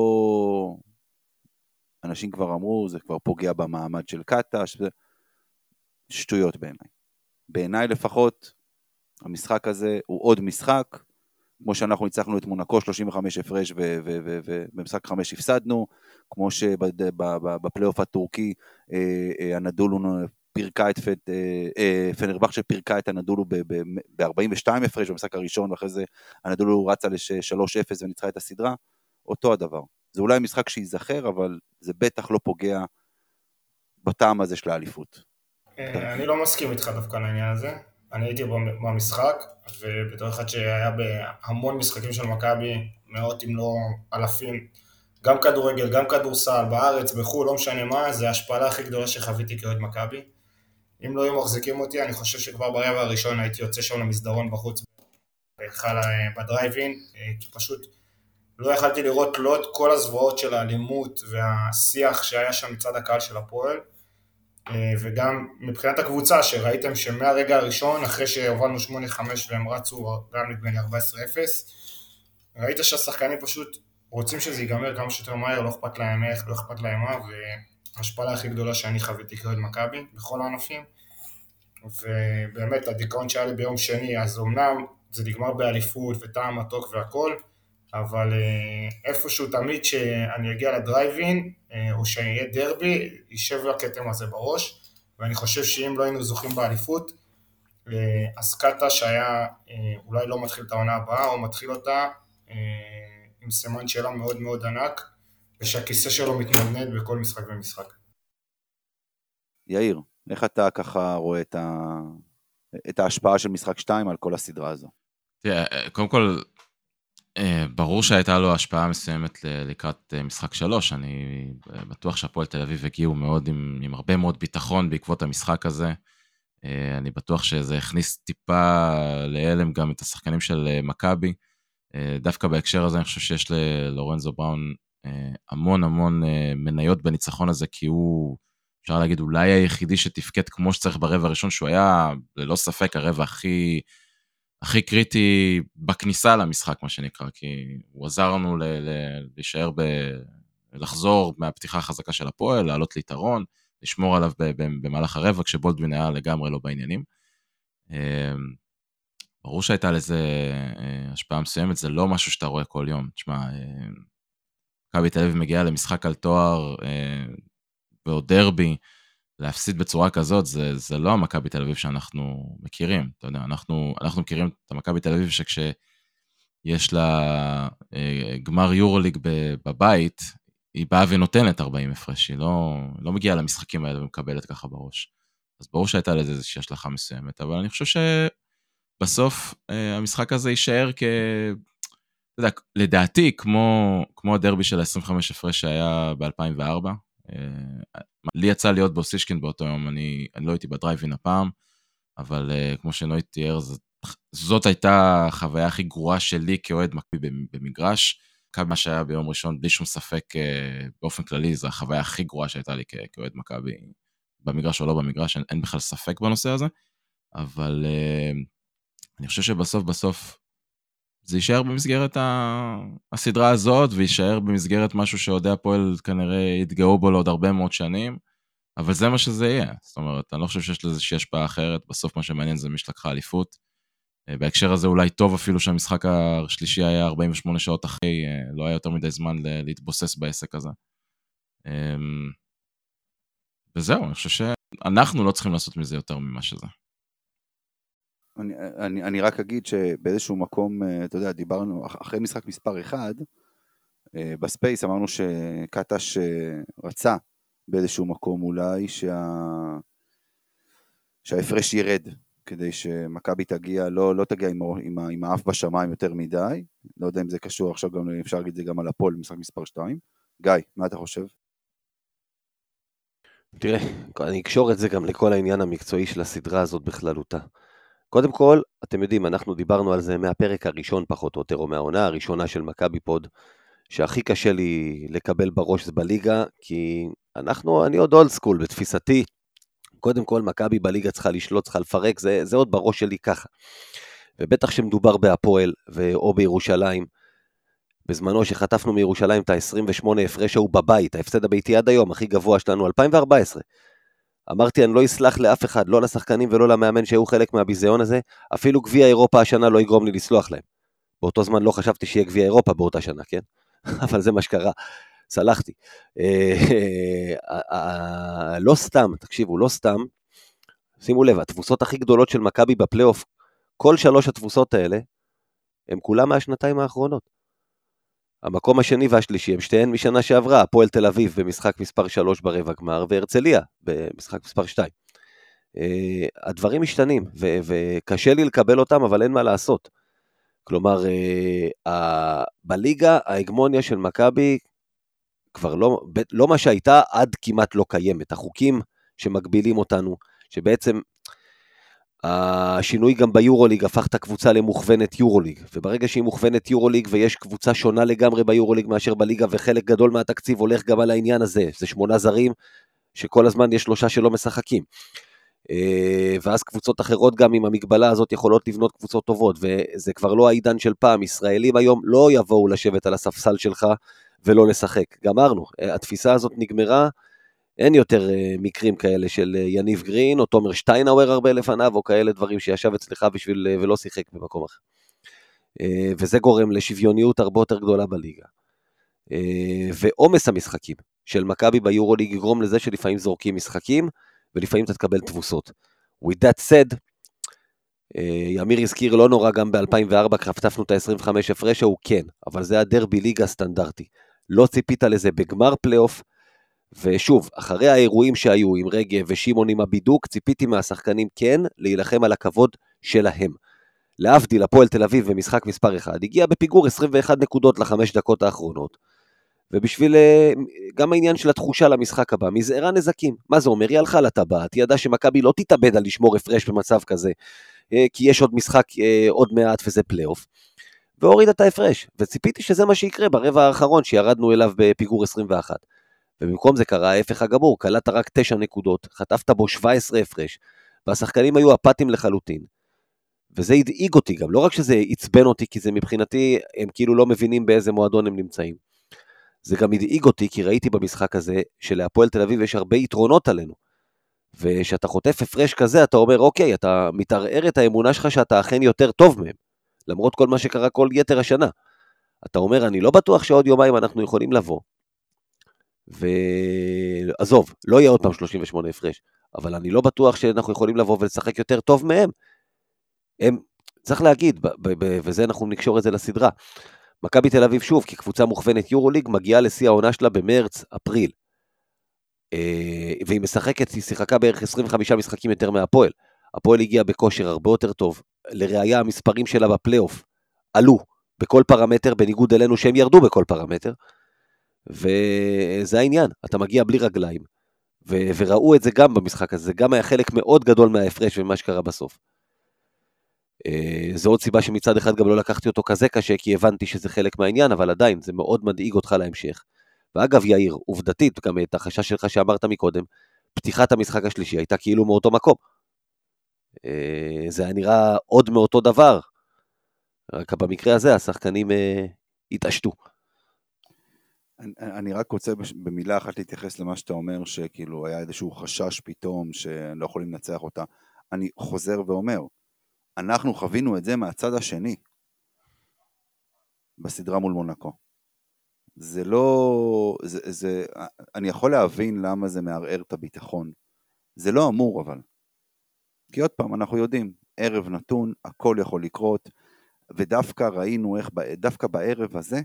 אנשים כבר אמרו, זה כבר פוגע במעמד של קטש, שטויות בעיניי. בעיניי לפחות, המשחק הזה הוא עוד משחק, כמו שאנחנו ניצחנו את מונקו שלושים וחמש הפרש, ובמשחק חמש הפסדנו, כמו שבפלייאוף הטורקי, הנדולו פירקה את פנרבחצ'ה פירקה את הנדולו ב-ארבעים ושתיים הפרש במשחק הראשון, ואחרי זה הנדולו רצה ל-שלוש אפס וניצחה את הסדרה, אותו הדבר. זה אולי משחק שייזכר, אבל זה בטח לא פוגע בטעם הזה של האליפות. אני לא מסכים איתך דווקא לעניין הזה. אני הייתי במשחק, ובתור אחד שהיה בהמון משחקים של מכבי, מאות אם לא אלפים, גם כדורגל, גם כדורסל, בארץ, בחו"ל, לא משנה מה, זה ההשפלה הכי גדולה שחוויתי כאוהד מכבי. אם לא היו מחזיקים אותי, אני חושב שכבר ברבע הראשון הייתי יוצא שם למסדרון בחוץ, בדרייבין, כי פשוט לא יכלתי לראות לא את כל הזוועות של האלימות והשיח שהיה שם מצד הקהל של הפועל, וגם מבחינת הקבוצה שראיתם שמהרגע הראשון, אחרי שהובלנו שמונה חמש והם רצו גם נדמה לי ארבע עשרה אפס, ראית שהשחקנים פשוט רוצים שזה ייגמר כמה שיותר מהר, לא אכפת להם איך, לא אכפת להם מה, וההשפלה הכי גדולה שאני חוויתי כאוהד מכבי בכל הענפים, ובאמת הדיכאון שהיה לי ביום שני, אז אמנם זה נגמר באליפות וטעם מתוק והכל, אבל איפשהו תמיד שאני אגיע לדרייבין, או שיהיה דרבי, יישב הקטם הזה בראש, ואני חושב שאם לא היינו זוכים באליפות, אז קטה שהיה אולי לא מתחיל את העונה הבאה, או מתחיל אותה עם סימן שאלה מאוד מאוד ענק, ושהכיסא שלו מתנדנד בכל משחק ומשחק. יאיר, איך אתה ככה רואה את, ה... את ההשפעה של משחק שתיים על כל הסדרה הזו? תראה, קודם כל, ברור שהייתה לו השפעה מסוימת לקראת משחק שלוש, אני בטוח שהפועל תל אביב הגיעו מאוד עם, עם הרבה מאוד ביטחון בעקבות המשחק הזה, אני בטוח שזה הכניס טיפה להלם גם את השחקנים של מכבי, דווקא בהקשר הזה אני חושב שיש ללורנזו בראון המון המון מניות בניצחון הזה, כי הוא, אפשר להגיד, אולי היחידי שתפקד כמו שצריך ברבע הראשון, שהוא היה ללא ספק הרבע הכי... הכי קריטי בכניסה למשחק, מה שנקרא, כי הוא עזר לנו ל- ל- להישאר, ב- לחזור מהפתיחה החזקה של הפועל, לעלות ליתרון, לשמור עליו ב- ב- במהלך הרבע, כשבולדווין היה לגמרי לא בעניינים. ברור שהייתה לזה השפעה מסוימת, זה לא משהו שאתה רואה כל יום. תשמע, מכבי תל אביב מגיעה למשחק על תואר, ועוד דרבי, להפסיד בצורה כזאת, זה, זה לא המכבי תל אביב שאנחנו מכירים, אתה יודע, אנחנו, אנחנו מכירים את המכבי תל אביב שכשיש לה גמר יורוליג בבית, היא באה ונותנת ארבעים הפרש, היא לא, לא מגיעה למשחקים האלה ומקבלת ככה בראש. אז ברור שהייתה לזה איזושהי השלכה מסוימת, אבל אני חושב שבסוף המשחק הזה יישאר כ... אתה יודע, לדעתי, כמו, כמו הדרבי של ה-עשרים וחמש הפרש שהיה ב-אלפיים וארבע, לי יצא להיות באוסישקין באותו יום, אני, אני לא הייתי בדרייבין הפעם, אבל uh, כמו שנוי תיאר, זאת, זאת הייתה החוויה הכי גרועה שלי כאוהד מכבי במגרש, מכבי מה שהיה ביום ראשון, בלי שום ספק uh, באופן כללי, זו החוויה הכי גרועה שהייתה לי כאוהד מכבי, במגרש או לא במגרש, אין, אין בכלל ספק בנושא הזה, אבל uh, אני חושב שבסוף בסוף, זה יישאר במסגרת הסדרה הזאת, ויישאר במסגרת משהו שעודי הפועל כנראה יתגאו בו לעוד הרבה מאוד שנים, אבל זה מה שזה יהיה. זאת אומרת, אני לא חושב שיש לזה שיש השפעה אחרת, בסוף מה שמעניין זה מי שלקחה אליפות. בהקשר הזה אולי טוב אפילו שהמשחק השלישי היה ארבעים ושמונה שעות אחרי, לא היה יותר מדי זמן להתבוסס בעסק הזה. וזהו, אני חושב שאנחנו לא צריכים לעשות מזה יותר ממה שזה. אני, אני, אני רק אגיד שבאיזשהו מקום, אתה יודע, דיברנו, אחרי משחק מספר אחד, בספייס אמרנו שקטש רצה באיזשהו מקום אולי שה... שההפרש ירד, כדי שמכבי תגיע, לא, לא תגיע עם, עם, עם האף בשמיים יותר מדי, לא יודע אם זה קשור, עכשיו גם אפשר להגיד את זה גם על הפועל במשחק מספר שתיים. גיא, מה אתה חושב? תראה, אני אקשור את זה גם לכל העניין המקצועי של הסדרה הזאת בכללותה. קודם כל, אתם יודעים, אנחנו דיברנו על זה מהפרק הראשון פחות או יותר, או מהעונה הראשונה של מכבי פוד, שהכי קשה לי לקבל בראש זה בליגה, כי אנחנו, אני עוד אולד סקול בתפיסתי, קודם כל מכבי בליגה צריכה לשלוט, צריכה לפרק, זה, זה עוד בראש שלי ככה. ובטח שמדובר בהפועל או בירושלים, בזמנו שחטפנו מירושלים את ה-עשרים ושמונה הפרש הוא בבית, ההפסד הביתי עד היום, הכי גבוה שלנו, אלפיים וארבע עשרה. אמרתי, אני לא אסלח לאף אחד, לא לשחקנים ולא למאמן שהיו חלק מהביזיון הזה, אפילו גביע אירופה השנה לא יגרום לי לסלוח להם. באותו זמן לא חשבתי שיהיה גביע אירופה באותה שנה, כן? אבל זה מה שקרה, סלחתי. לא סתם, תקשיבו, לא סתם, שימו לב, התבוסות הכי גדולות של מכבי בפלייאוף, כל שלוש התבוסות האלה, הם כולם מהשנתיים האחרונות. המקום השני והשלישי הם שתיהן משנה שעברה, הפועל תל אביב במשחק מספר שלוש ברבע גמר, והרצליה במשחק מספר שתיים. הדברים משתנים, ו- וקשה לי לקבל אותם, אבל אין מה לעשות. כלומר, בליגה ההגמוניה של מכבי, כבר לא, לא מה שהייתה עד כמעט לא קיימת. החוקים שמגבילים אותנו, שבעצם השינוי גם ביורוליג הפך את הקבוצה למוכוונת יורוליג, וברגע שהיא מוכוונת יורוליג ויש קבוצה שונה לגמרי ביורוליג מאשר בליגה, וחלק גדול מהתקציב הולך גם על העניין הזה, זה שמונה זרים שכל הזמן יש שלושה שלא משחקים, ואז קבוצות אחרות גם עם המגבלה הזאת יכולות לבנות קבוצות טובות, וזה כבר לא העידן של פעם, ישראלים היום לא יבואו לשבת על הספסל שלך ולא לשחק, גמרנו, התפיסה הזאת נגמרה, אין יותר מקרים כאלה של יניב גרין, או תומר שטיינאוור הרבה לפניו, או כאלה דברים שישב אצלך בשביל ולא שיחק במקום אחר. וזה גורם לשוויוניות הרבה יותר גדולה בליגה. ועומס המשחקים של מכבי ביורוליג יגרום לזה שלפעמים זורקים משחקים, ולפעמים אתה תקבל תבוסות. With that said, ימיר הזכיר לא נורא גם ב-אלפיים וארבע, חטפנו את ה-עשרים וחמש הפרש, הוא כן, אבל זה הדרבי ליגה סטנדרטי. לא ציפית לזה בגמר פלייאוף, ושוב, אחרי האירועים שהיו עם רגב ושימון עם הבידוק, ציפיתי מהשחקנים כן להילחם על הכבוד שלהם. להבדיל, הפועל תל אביב במשחק מספר אחד, הגיע בפיגור עשרים ואחת נקודות לחמש דקות האחרונות, ובשביל גם העניין של התחושה למשחק הבא, מזערה נזקים. מה זה אומר? היא הלכה לטבעת, היא ידעה שמכבי לא תתאבד על לשמור הפרש במצב כזה, כי יש עוד משחק עוד מעט וזה פלייאוף, והוריד את ההפרש, וציפיתי שזה מה שיקרה ברבע האחרון שירדנו אליו בפיגור עשרים ואחת. ובמקום זה קרה ההפך הגמור, קלעת רק תשע נקודות, חטפת בו שבע עשרה הפרש, והשחקנים היו אפתיים לחלוטין, וזה הדאיג אותי גם, לא רק שזה עצבן אותי, כי זה מבחינתי, הם כאילו לא מבינים באיזה מועדון הם נמצאים, זה גם הדאיג אותי, כי ראיתי במשחק הזה, שלהפועל תל אביב יש הרבה יתרונות עלינו, ושאתה חוטף הפרש כזה, אתה אומר, אוקיי, אתה מתערער את האמונה שלך, שאתה אכן יותר טוב מהם, למרות כל מה שקרה כל יתר השנה, אתה אומר, אני לא בטוח שעוד יומיים אנחנו יכולים לבוא, ועזוב, לא יהיה עוד פעם שלושים ושמונה הפרש, אבל אני לא בטוח שאנחנו יכולים לבוא ולשחק יותר טוב מהם. הם, צריך להגיד, וזה אנחנו נקשור את זה לסדרה, מכבי תל אביב שוב, כקבוצה מוכוונת יורוליג, מגיעה לשיא העונה שלה במרץ, אפריל, והיא משחקת, היא שיחקה בערך עשרים וחמישה משחקים יותר מהפועל, הפועל הגיעה בכושר הרבה יותר טוב, לראיה המספרים שלה בפלייאוף, עלו בכל פרמטר, בניגוד אלינו שהם ירדו בכל פרמטר, וזה העניין, אתה מגיע בלי רגליים, ו- וראו את זה גם במשחק הזה, זה גם היה חלק מאוד גדול מההפרש ומה שקרה בסוף. זו עוד סיבה שמצד אחד גם לא לקחתי אותו כזה קשה, כי הבנתי שזה חלק מהעניין, אבל עדיין זה מאוד מדאיג אותך להמשך. ואגב יאיר, עובדתית, גם את החשש שלך שאמרת מקודם, פתיחת המשחק השלישי הייתה כאילו מאותו מקום. זה היה נראה עוד מאותו דבר, רק במקרה הזה השחקנים התעשתו. אני רק רוצה במילה אחת להתייחס למה שאתה אומר, שכאילו היה איזשהו חשש פתאום שלא יכולים לנצח אותה. אני חוזר ואומר, אנחנו חווינו את זה מהצד השני, בסדרה מול מונקו. זה לא, זה, זה, אני יכול להבין למה זה מערער את הביטחון. זה לא אמור אבל. כי עוד פעם, אנחנו יודעים, ערב נתון, הכל יכול לקרות, ודווקא ראינו איך, דווקא בערב הזה,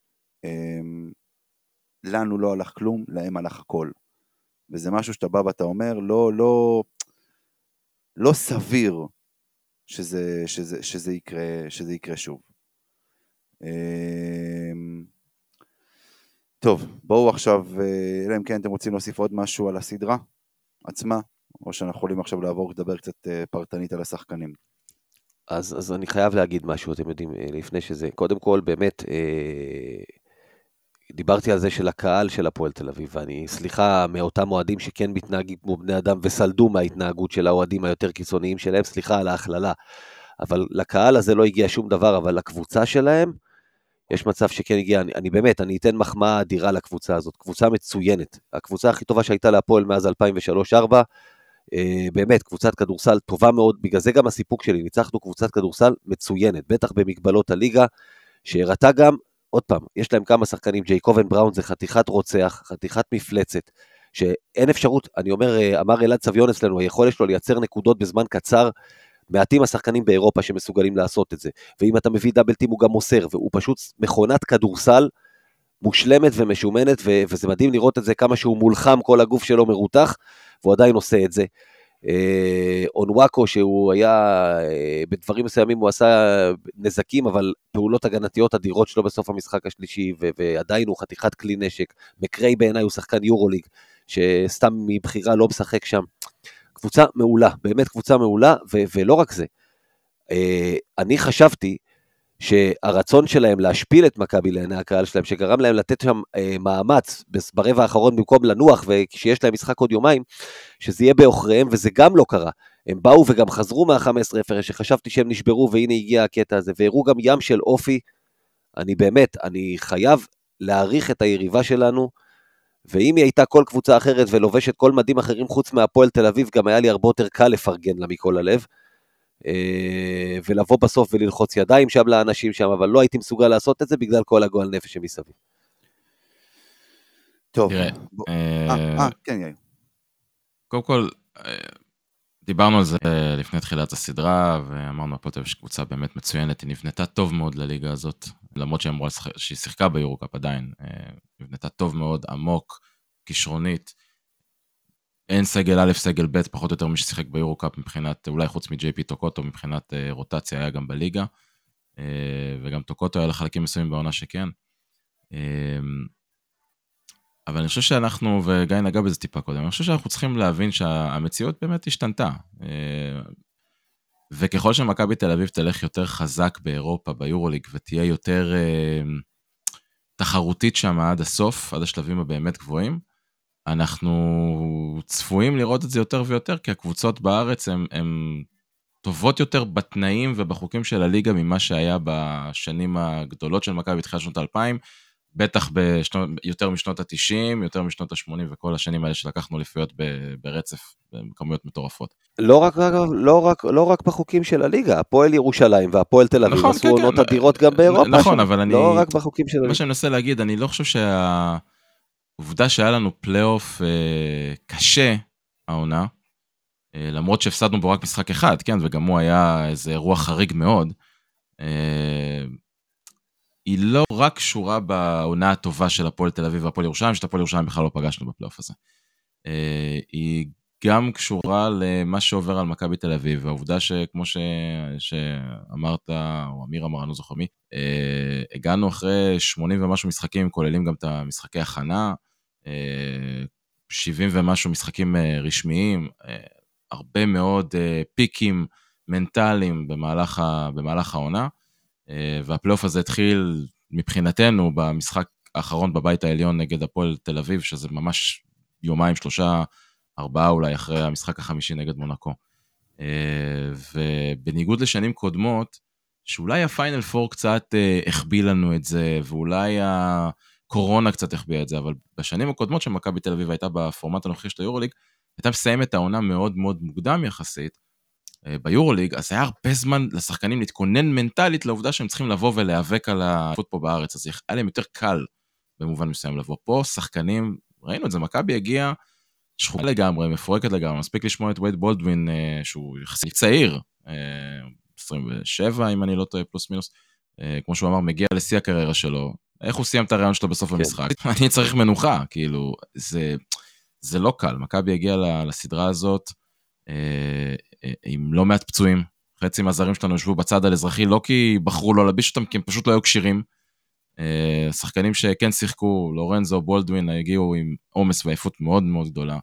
לנו לא הלך כלום, להם הלך הכל. וזה משהו שאתה בא ואתה אומר, לא, לא, לא סביר שזה, שזה, שזה יקרה, שזה יקרה שוב. טוב, בואו עכשיו, אלא אם כן אתם רוצים להוסיף עוד משהו על הסדרה עצמה, או שאנחנו יכולים עכשיו לעבור לדבר קצת פרטנית על השחקנים. אז, אז אני חייב להגיד משהו, אתם יודעים, לפני שזה, קודם כל באמת, דיברתי על זה של הקהל של הפועל תל אביב, ואני סליחה מאותם אוהדים שכן מתנהגים כמו בני אדם, וסלדו מההתנהגות של האוהדים היותר קיצוניים שלהם, סליחה על ההכללה, אבל לקהל הזה לא הגיע שום דבר, אבל לקבוצה שלהם, יש מצב שכן הגיע, אני, אני באמת, אני אתן מחמאה אדירה לקבוצה הזאת, קבוצה מצוינת, הקבוצה הכי טובה שהייתה להפועל מאז אלפיים ושלוש ארבע, אה, באמת, קבוצת כדורסל טובה מאוד, בגלל זה גם הסיפוק שלי, ניצחנו קבוצת כדורסל מצוינת, בטח במגבלות הליגה, שהראתה גם, עוד פעם, יש להם כמה שחקנים, ג'ייקובן בראון זה חתיכת רוצח, חתיכת מפלצת, שאין אפשרות, אני אומר, אמר אלעד סביון אצלנו, היכולת שלו לייצר נקודות בזמן קצר, מעטים השחקנים באירופה שמסוגלים לעשות את זה, ואם אתה מביא דאבלטים הוא גם מוסר, והוא פשוט מכונת כדורסל מושלמת ומשומנת, ו- וזה מדהים לראות את זה כמה שהוא מולחם, כל הגוף שלו מרותח, והוא עדיין עושה את זה. אה, אונוואקו שהוא היה, אה, בדברים מסוימים הוא עשה נזקים, אבל פעולות הגנתיות אדירות שלו בסוף המשחק השלישי, ו- ועדיין הוא חתיכת כלי נשק, מקריי בעיניי הוא שחקן יורוליג, שסתם מבחירה לא משחק שם, קבוצה מעולה, באמת קבוצה מעולה, ו- ולא רק זה. אני חשבתי שהרצון שלהם להשפיל את מכבי לעיני הקהל שלהם, שגרם להם לתת שם מאמץ ברבע האחרון במקום לנוח, וכשיש להם משחק עוד יומיים, שזה יהיה באוכריהם, וזה גם לא קרה. הם באו וגם חזרו מה-חמש עשרה הפרש, שחשבתי שהם נשברו, והנה הגיע הקטע הזה, והראו גם ים של אופי. אני באמת, אני חייב להעריך את היריבה שלנו, ואם היא הייתה כל קבוצה אחרת ולובשת כל מדים אחרים חוץ מהפועל תל אביב, גם היה לי הרבה יותר קל לפרגן לה מכל הלב, ולבוא בסוף וללחוץ ידיים שם לאנשים שם, אבל לא הייתי מסוגל לעשות את זה בגלל כל הגועל נפש שמסביב. טוב. תראה, אה, כן, יאיר. קודם כל, דיברנו על זה לפני תחילת הסדרה, ואמרנו, הפועל תל אביב שקבוצה באמת מצוינת, היא נבנתה טוב מאוד לליגה הזאת, למרות שהיא אמרה שהיא שיחקה ביורוקאפ עדיין, נבנתה טוב מאוד, עמוק, כישרונית, אין סגל א', סגל ב', פחות או יותר מי ששיחק ביורוקאפ מבחינת, אולי חוץ מג'יי פי טוקוטו, מבחינת רוטציה היה גם בליגה, וגם טוקוטו היה לחלקים מסוימים בעונה שכן. אבל אני חושב שאנחנו, וגיא נגע בזה טיפה קודם, אני חושב שאנחנו צריכים להבין שהמציאות באמת השתנתה. וככל שמכבי תל אביב תלך יותר חזק באירופה, ביורוליג, ותהיה יותר תחרותית שם עד הסוף, עד השלבים הבאמת גבוהים, אנחנו צפויים לראות את זה יותר ויותר, כי הקבוצות בארץ הן טובות יותר בתנאים ובחוקים של הליגה, ממה שהיה בשנים הגדולות של מכבי בתחילת שנות האלפיים, בטח בשנות, יותר משנות ה-תשעים, יותר משנות ה-שמונים, וכל השנים האלה שלקחנו לפיות ברצף, בכמויות מטורפות. לא רק, לא רק, לא רק בחוקים של הליגה, הפועל ירושלים והפועל תל אביב, נכון, עשו כן, עונות כן. אדירות גם באירופה. נכון, שם. אבל אני... לא רק בחוקים של הליגה. מה שאני מנסה להגיד, אני לא חושב שהעובדה שהיה לנו פלייאוף אה, קשה, העונה, אה, למרות שהפסדנו בו רק משחק אחד, כן, וגם הוא היה איזה אירוע חריג מאוד, אה, היא לא רק קשורה בעונה הטובה של הפועל תל אביב והפועל ירושלים, שאת הפועל ירושלים בכלל לא פגשנו בפלייאוף הזה. היא גם קשורה למה שעובר על מכבי תל אביב, והעובדה שכמו ש... שאמרת, או אמיר אמר, אני לא זוכר מי, הגענו אחרי שמונים ומשהו משחקים, כוללים גם את המשחקי הכנה, שבעים ומשהו משחקים רשמיים, הרבה מאוד פיקים מנטליים במהלך, ה... במהלך העונה, והפלייאוף הזה התחיל מבחינתנו במשחק האחרון בבית העליון נגד הפועל תל אביב, שזה ממש יומיים, שלושה, ארבעה אולי אחרי המשחק החמישי נגד מונקו. ובניגוד לשנים קודמות, שאולי הפיינל פור קצת הכביל לנו את זה, ואולי הקורונה קצת הכביע את זה, אבל בשנים הקודמות שמכבי תל אביב הייתה בפורמט הנוכחי של היורוליג, הייתה מסיימת את העונה מאוד מאוד מוקדם יחסית, ביורוליג, אז היה הרבה זמן לשחקנים להתכונן מנטלית לעובדה שהם צריכים לבוא ולהיאבק על האליפות פה בארץ, אז היה להם יותר קל במובן מסוים לבוא פה, שחקנים, ראינו את זה, מכבי הגיע שחוקה לגמרי, מפורקת לגמרי, מספיק לשמוע את וייד בולדווין, שהוא יחסית צעיר, עשרים ושבע אם אני לא טועה, פלוס מינוס, כמו שהוא אמר, מגיע לשיא הקריירה שלו, איך הוא סיים את הרעיון שלו בסוף המשחק? אני צריך מנוחה, כאילו, זה לא קל, מכבי הגיע לסדרה הזאת, עם לא מעט פצועים, חצי מהזרים שלנו יושבו בצד על אזרחי, לא כי בחרו לא לביש אותם, כי הם פשוט לא היו קשירים, שחקנים שכן שיחקו, לורנזו, בולדווין, הגיעו עם עומס ועייפות מאוד מאוד גדולה,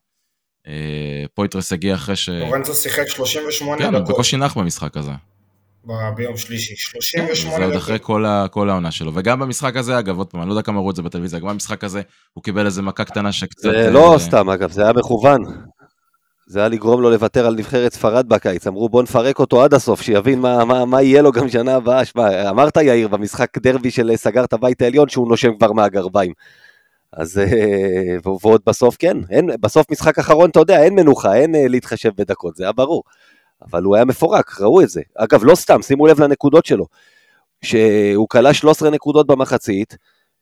פויטרס הגיע אחרי ש... לורנזו שיחק שלושים ושמונה כן, דקות. כן, בקושי נח במשחק הזה. ביום שלישי, שלושים ושמונה דקות. זה עוד דקות. אחרי כל, ה... כל העונה שלו, וגם במשחק הזה, אגב, עוד פעם, אני לא יודע כמה ראו את זה בטלוויזיה, גם במשחק הזה, הוא קיבל איזה מכה קטנה שקצת... זה לא סתם, אגב, זה היה מכוון. זה היה לגרום לו לוותר על נבחרת ספרד בקיץ, אמרו בוא נפרק אותו עד הסוף, שיבין מה, מה, מה יהיה לו גם שנה הבאה, שמה, אמרת יאיר במשחק דרבי של סגר את הבית העליון, שהוא נושם כבר מהגרביים, אז ועוד בסוף כן, אין, בסוף משחק אחרון אתה יודע, אין מנוחה, אין להתחשב בדקות, זה היה ברור, אבל הוא היה מפורק, ראו את זה, אגב לא סתם, שימו לב לנקודות שלו, שהוא קלה שלוש עשרה נקודות במחצית,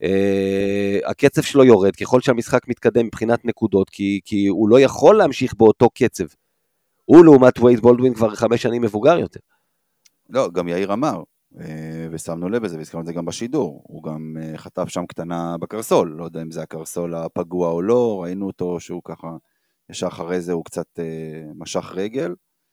Uh, הקצב שלו יורד ככל שהמשחק מתקדם מבחינת נקודות, כי, כי הוא לא יכול להמשיך באותו קצב, הוא לעומת וייד בולדווין כבר חמש שנים מבוגר יותר. לא, גם יאיר אמר, ושמנו לב בזה, והזכרנו את זה גם בשידור, הוא גם חטף שם קטנה בקרסול, לא יודע אם זה הקרסול הפגוע או לא, ראינו אותו שהוא ככה, ישר אחרי זה הוא קצת משך רגל,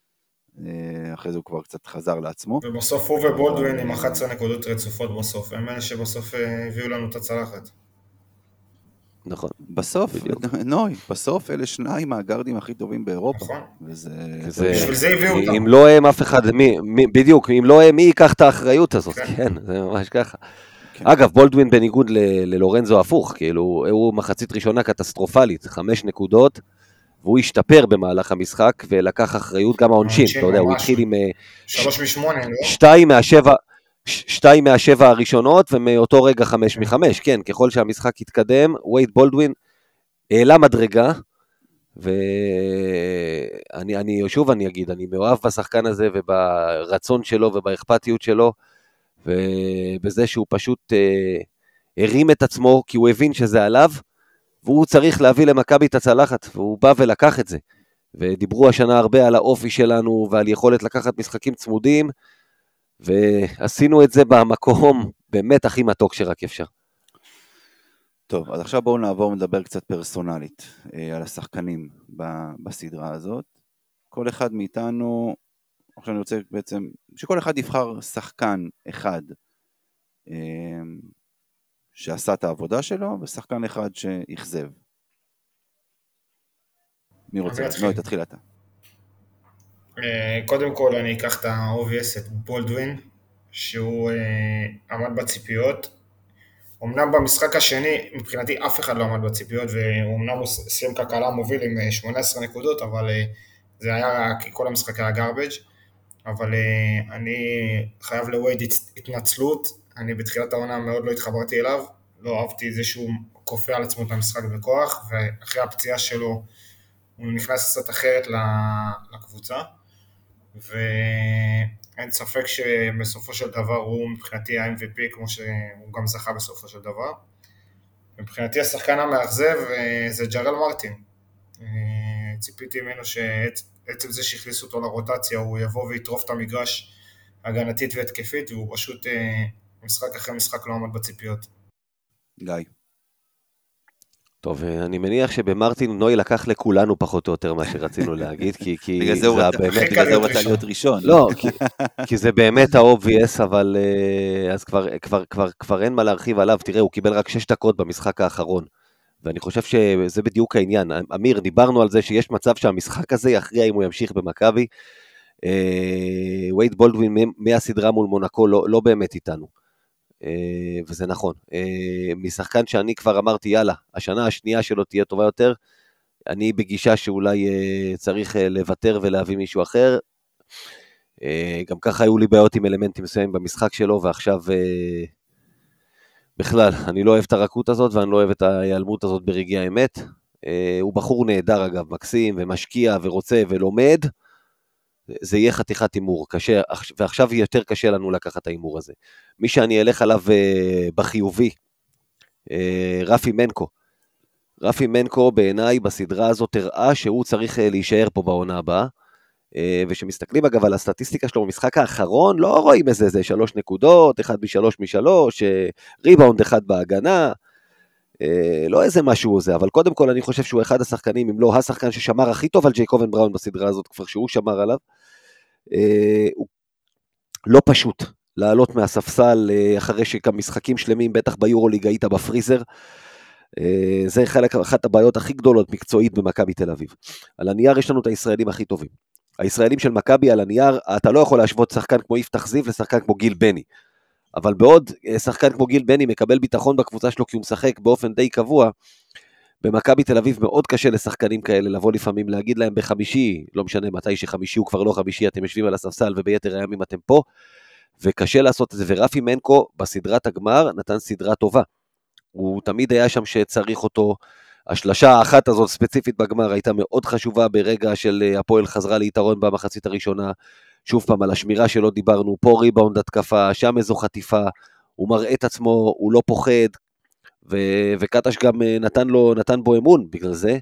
אחרי זה הוא כבר קצת חזר לעצמו. ובסוף הוא ובולדווין עם אחת עשרה נקודות רצופות בסוף, הם אלה שבסוף הביאו לנו את הצלחת. נכון. בסוף, נוי, בסוף אלה שניים מהגארדים הכי טובים באירופה. נכון. וזה... בשביל זה הביאו אותם. אם לא הם אף אחד, בדיוק, אם לא הם, מי ייקח את האחריות הזאת? כן, זה ממש ככה. אגב, בולדווין בניגוד ללורנזו הפוך, כאילו, הוא מחצית ראשונה קטסטרופלית, חמש נקודות, והוא השתפר במהלך המשחק, ולקח אחריות גם העונשין, אתה יודע, הוא התחיל עם... שלוש משמונה, לא? שתיים מהשבע... שתיים מהשבע הראשונות, ומאותו רגע חמש מחמש, כן, ככל שהמשחק התקדם, וייד בולדווין העלה מדרגה, ואני, אני, שוב אני אגיד, אני מאוהב בשחקן הזה, וברצון שלו, ובאכפתיות שלו, ובזה שהוא פשוט אה, הרים את עצמו, כי הוא הבין שזה עליו, והוא צריך להביא למכבי את הצלחת, והוא בא ולקח את זה, ודיברו השנה הרבה על האופי שלנו, ועל יכולת לקחת משחקים צמודים, ועשינו את זה במקום באמת הכי מתוק שרק אפשר. טוב, אז עכשיו בואו נעבור ונדבר קצת פרסונלית אה, על השחקנים ב- בסדרה הזאת. כל אחד מאיתנו, עכשיו אני רוצה בעצם, שכל אחד יבחר שחקן אחד אה, שעשה את העבודה שלו, ושחקן אחד שיחזב. מי רוצה? נוי, תתחיל אתה. קודם כל אני אקח את ה-obvious, את בולדווין, שהוא עמד בציפיות. אמנם במשחק השני, מבחינתי אף אחד לא עמד בציפיות, ואומנם הוא סיים כקלה מוביל עם שמונה עשרה נקודות, אבל זה היה, כל המשחק היה גרבג'. אבל אני חייב לווייד התנצלות, אני בתחילת העונה מאוד לא התחברתי אליו, לא אהבתי איזה שהוא כופה על עצמו את המשחק בכוח, ואחרי הפציעה שלו הוא נכנס קצת אחרת לקבוצה. ואין ספק שבסופו של דבר הוא מבחינתי ה-אם וי פי, כמו שהוא גם זכה בסופו של דבר. מבחינתי השחקן המאכזב זה ג'רל מרטין. ציפיתי ממנו שעצם זה שהכניסו אותו לרוטציה, הוא יבוא ויטרוף את המגרש הגנתית והתקפית, והוא פשוט משחק אחרי משחק לא עמד בציפיות. גיא. טוב, אני מניח שבמרטין נוי לקח לכולנו פחות או יותר מה שרצינו להגיד, כי, כי בגלל זה הוא רצה להיות ראשון. לא, כי, כי זה באמת ה-obvious, אבל אז כבר, כבר, כבר, כבר אין מה להרחיב עליו. תראה, הוא קיבל רק שש דקות במשחק האחרון, ואני חושב שזה בדיוק העניין. אמיר, דיברנו על זה שיש מצב שהמשחק הזה יכריע אם הוא ימשיך במכבי. וייד בולדווין מהסדרה מול מונקו לא, לא באמת איתנו. וזה נכון, משחקן שאני כבר אמרתי יאללה, השנה השנייה שלו תהיה טובה יותר, אני בגישה שאולי צריך לוותר ולהביא מישהו אחר, גם ככה היו לי בעיות עם אלמנטים מסוימים במשחק שלו, ועכשיו בכלל, אני לא אוהב את הרכות הזאת, ואני לא אוהב את ההיעלמות הזאת ברגעי האמת, הוא בחור נהדר אגב, מקסים ומשקיע ורוצה ולומד, זה יהיה חתיכת אימור, קשה, ועכשיו יותר קשה לנו לקחת את האימור הזה. מי שאני אלך עליו בחיובי, רפי מנקו. רפי מנקו בעיניי בסדרה הזאת הראה שהוא צריך להישאר פה בעונה הבאה, ושמסתכלים אגב על הסטטיסטיקה שלו במשחק האחרון, לא רואים איזה, זה שלוש נקודות, אחד משלוש משלוש, ריבאונד אחד בהגנה, לא איזה משהו זה, אבל קודם כל אני חושב שהוא אחד השחקנים, אם לא השחקן ששמר הכי טוב על ג'ייקובן בראון בסדרה הזאת, כבר שהוא שמר עליו, הוא לא פשוט לעלות מהספסל אחרי שכמה משחקים שלמים, בטח ביורוליג היית בפריזר, זה חלק, אחת הבעיות הכי גדולות מקצועית במכבי תל אביב. על הנייר יש לנו את הישראלים הכי טובים. הישראלים של מכבי על הנייר, אתה לא יכול להשוות שחקן כמו יפתח זיו לשחקן כמו גיל בני. אבל בעוד שחקן כמו גיל בני מקבל ביטחון בקבוצה שלו כי הוא משחק באופן די קבוע, במכבי תל אביב מאוד קשה לשחקנים כאלה לבוא לפעמים להגיד להם בחמישי, לא משנה מתי שחמישי הוא כבר לא חמישי, אתם יושבים על הספסל וביתר הימים אתם פה, וקשה לעשות את זה, ורפי מנקו בסדרת הגמר נתן סדרה טובה, הוא תמיד היה שם שצריך אותו, השלשה האחת הזאת ספציפית בגמר הייתה מאוד חשובה ברגע של הפועל חזרה ליתרון במחצית הראשונה, שוב פעם על השמירה שלו דיברנו, פה ריבאונד התקפה, שם איזו חטיפה, הוא מראה את עצמו, הוא לא פוחד, ו- וקטש גם נתן לו, נתן בו אמון בגלל זה,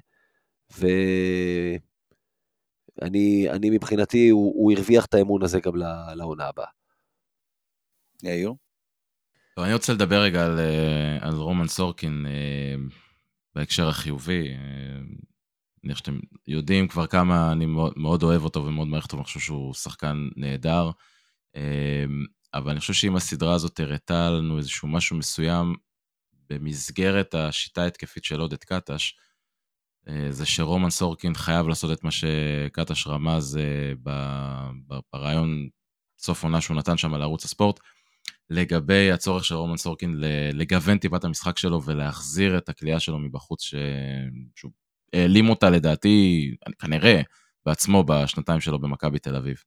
ואני אני מבחינתי, הוא, הוא הרוויח את האמון הזה גם לעונה הבאה. יאיר? אני רוצה לדבר רגע על, על רומן סורקין, בהקשר החיובי, אני חושב שאתם יודעים כבר כמה אני מאוד, מאוד אוהב אותו ומאוד מעריך אותו, אני חושב שהוא שחקן נהדר, אבל אני חושב שאם הסדרה הזאת הראתה לנו איזשהו משהו מסוים, במסגרת השיטה ההתקפית של עודד קטש, זה שרומן סורקין חייב לעשות את מה שקטש רמז ברעיון סוף עונה שהוא נתן שם על ערוץ הספורט, לגבי הצורך של רומן סורקין לגוון טיפת המשחק שלו ולהחזיר את הקליעה שלו מבחוץ, שהוא העלים אותה לדעתי, כנראה בעצמו בשנתיים שלו במכבי תל אביב.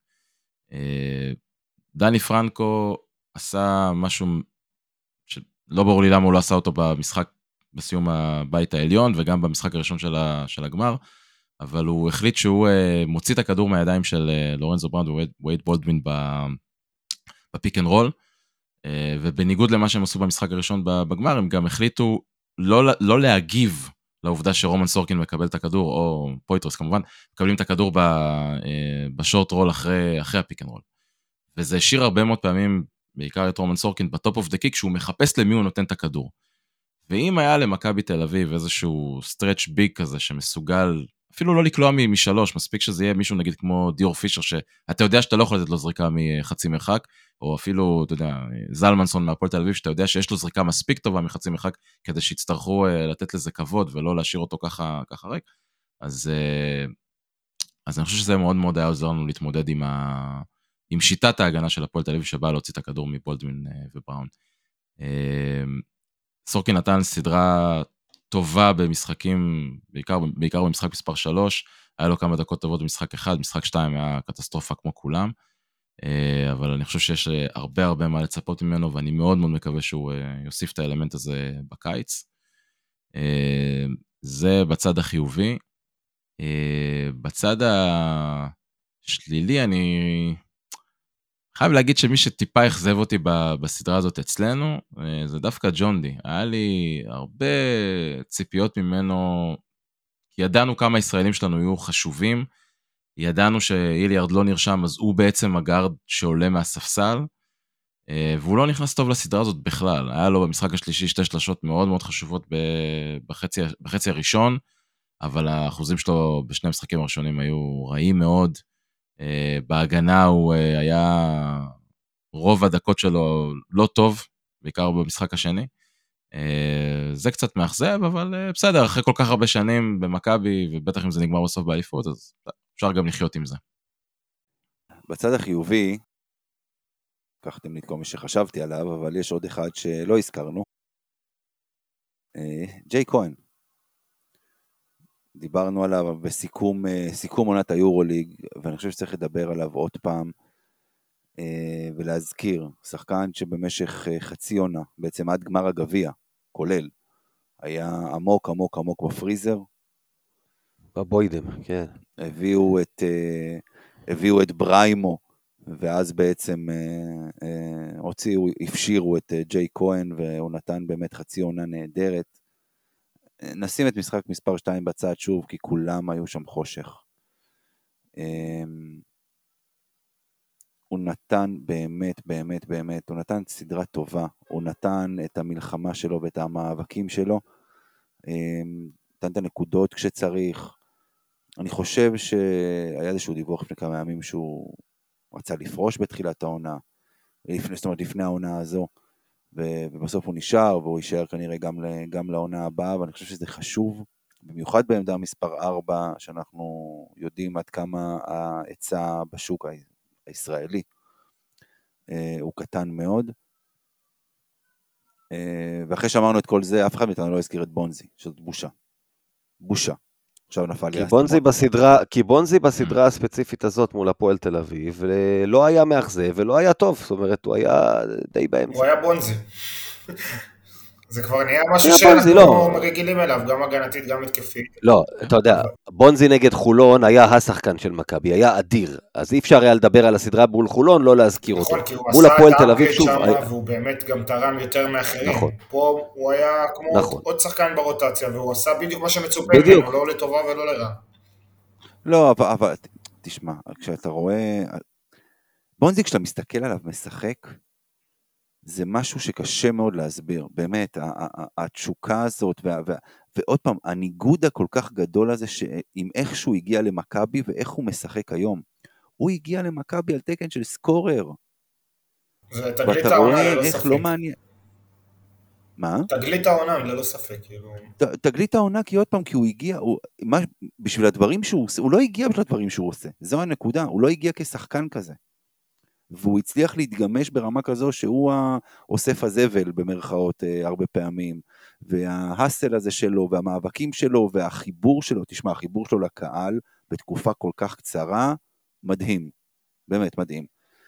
דני פרנקו עשה משהו שלא ברור לי למה הוא לא עשה אותו במשחק בסיום הבית העליון, וגם במשחק הראשון של, ה, של הגמר, אבל הוא החליט שהוא מוציא את הכדור מהידיים של לורנזו בראון ווייד בולדווין בפיק אנד רול, ובניגוד למה שהם עשו במשחק הראשון בגמר, הם גם החליטו לא, לא להגיב לעובדה שרומן סורקין מקבל את הכדור, או פויטרס כמובן, מקבלים את הכדור בשורט רול אחרי, אחרי הפיק אנד רול. וזה השאיר הרבה מאוד פעמים, בעיקר את רומן סורקין, בטופ אוף דה קיק, שהוא מחפש למי הוא נותן את הכדור. ואם היה למכבי תל אביב איזשהו סטרץ' ביג כזה שמסוגל, אפילו לא לקלוע משלוש, מספיק שזה יהיה מישהו נגיד כמו דיור פישר, שאתה יודע שאתה לא יכול לתת לו זריקה מחצי מרחק, או אפילו, אתה יודע, זלמנסון מהפועל תל אביב, שאתה יודע שיש לו זריקה מספיק טובה מחצי מרחק, כדי שיצטרכו לתת לזה כבוד, ולא להשאיר אותו ככה, ככה ריק. אז, אז אני חושב שזה מאוד מאוד היה עוזר לנו להתמודד עם, ה, עם שיטת ההגנה של הפועל תל אביב, שבאה להוציא את הכדור מבולדווין ובראון. סורקין נתן סדרה טובה במשחקים, בעיקר, בעיקר במשחק מספר שלוש, היה לו כמה דקות טובות במשחק אחד, משחק שתיים היה קטסטרופה כמו כולם, אבל אני חושב שיש הרבה הרבה מה לצפות ממנו, ואני מאוד מאוד מקווה שהוא יוסיף את האלמנט הזה בקיץ. זה בצד החיובי. בצד השלילי, אני חייב להגיד שמי שטיפה יחזב אותי בסדרה הזאת אצלנו, זה דווקא ג'ון די. היה לי הרבה ציפיות ממנו, כי ידענו כמה ישראלים שלנו יהיו חשובים, ידענו שאיליארד לא נרשם, אז הוא בעצם הגארד שעולה מהספסל, והוא לא נכנס טוב לסדרה הזאת בכלל. היה לו במשחק השלישי שתי שלשות מאוד מאוד חשובות בחצי, בחצי הראשון, אבל האחוזים שלו בשני המשחקים הראשונים היו רעים מאוד, בהגנה הוא היה רוב הדקות שלו לא טוב, בעיקר במשחק השני. זה קצת מאכזב, אבל בסדר, אחרי כל כך הרבה שנים במכבי, ובטח אם זה נגמר בסוף באליפות, אז אפשר גם לחיות עם זה. בצד החיובי, לקחתם לי את כל מה שחשבתי עליו, אבל יש עוד אחד שלא הזכרנו. ג'יי כהן. דיברנו עליו בסיכום, סיכום עונת היורוליג, ואני חושב שצריך לדבר עליו עוד פעם, ולהזכיר, שחקן שבמשך חצי עונה, בעצם עד גמר הגביע, כולל, היה עמוק עמוק עמוק בפריזר. בבוידם, כן. הביאו את, הביאו את בריימו, ואז בעצם הוציאו, הפשירו את ג'יי כהן, והוא נתן באמת חצי עונה נהדרת. נשים את משחק מספר שתיים בצד שוב, כי כולם היו שם חושך. הוא נתן באמת, באמת, באמת, הוא נתן סדרה טובה, הוא נתן את המלחמה שלו ואת המאבקים שלו, נתן את הנקודות כשצריך. אני חושב שהיה איזשהו דיווח לפני כמה ימים שהוא רצה לפרוש בתחילת העונה, לפני, זאת אומרת, לפני העונה הזו, ובסוף הוא נשאר, והוא יישאר כנראה גם, גם לעונה הבאה, ואני חושב שזה חשוב, במיוחד בעמדה מספר ארבע, שאנחנו יודעים עד כמה ההיצע בשוק הישראלי, הוא קטן מאוד, ואחרי שאמרנו את כל זה, אף אחד מאיתנו לא הזכיר את בונזי, שזאת בושה, בושה. עכשיו נפל לי. כי בונזי בסדרה, כי בונזי בסדרה הספציפית הזאת מול הפועל תל אביב, לא היה מאכזב ולא היה טוב, זאת אומרת, הוא היה די באמצע. הוא היה בונזי. זה כבר נהיה משהו שאנחנו רגילים אליו, גם הגנתית, גם התקפית. לא, אתה יודע, בונזי נגד חולון היה השחקן של מכבי, היה אדיר, אז אי אפשר היה לדבר על הסדרה מול חולון, לא להזכיר אותו. נכון, כי הוא עשה את האפגייד שם, והוא באמת גם תרם יותר מאחרים. פה הוא היה כמו עוד שחקן ברוטציה, והוא עשה בדיוק מה שמצופה ממנו, לא לטובה ולא לרע. לא, אבל תשמע, כשאתה רואה, בונזי כשאתה מסתכל עליו משחק, זה משהו שקשה מאוד להסביר, באמת, התשוקה הזאת, ועוד פעם, הניגוד הכל כך גדול הזה, עם איך שהוא הגיע למכבי, ואיך הוא משחק היום. הוא הגיע למכבי על תקן של סקורר. זה תגלית העונה ללא ספק. לא מעניין. מה? תגלית העונה, ללא ספק, כאילו. תגלית העונה, כי עוד פעם, כי הוא הגיע, הוא, מה, בשביל הדברים שהוא עושה, הוא לא הגיע בשביל הדברים שהוא עושה, זו הנקודה, הוא לא הגיע כשחקן כזה, והוא הצליח להתגמש ברמה כזו, שהוא האוסף הזבל, במרכאות, הרבה פעמים, וההסל הזה שלו, והמאבקים שלו, והחיבור שלו, תשמע, החיבור שלו לקהל, בתקופה כל כך קצרה, מדהים, באמת מדהים.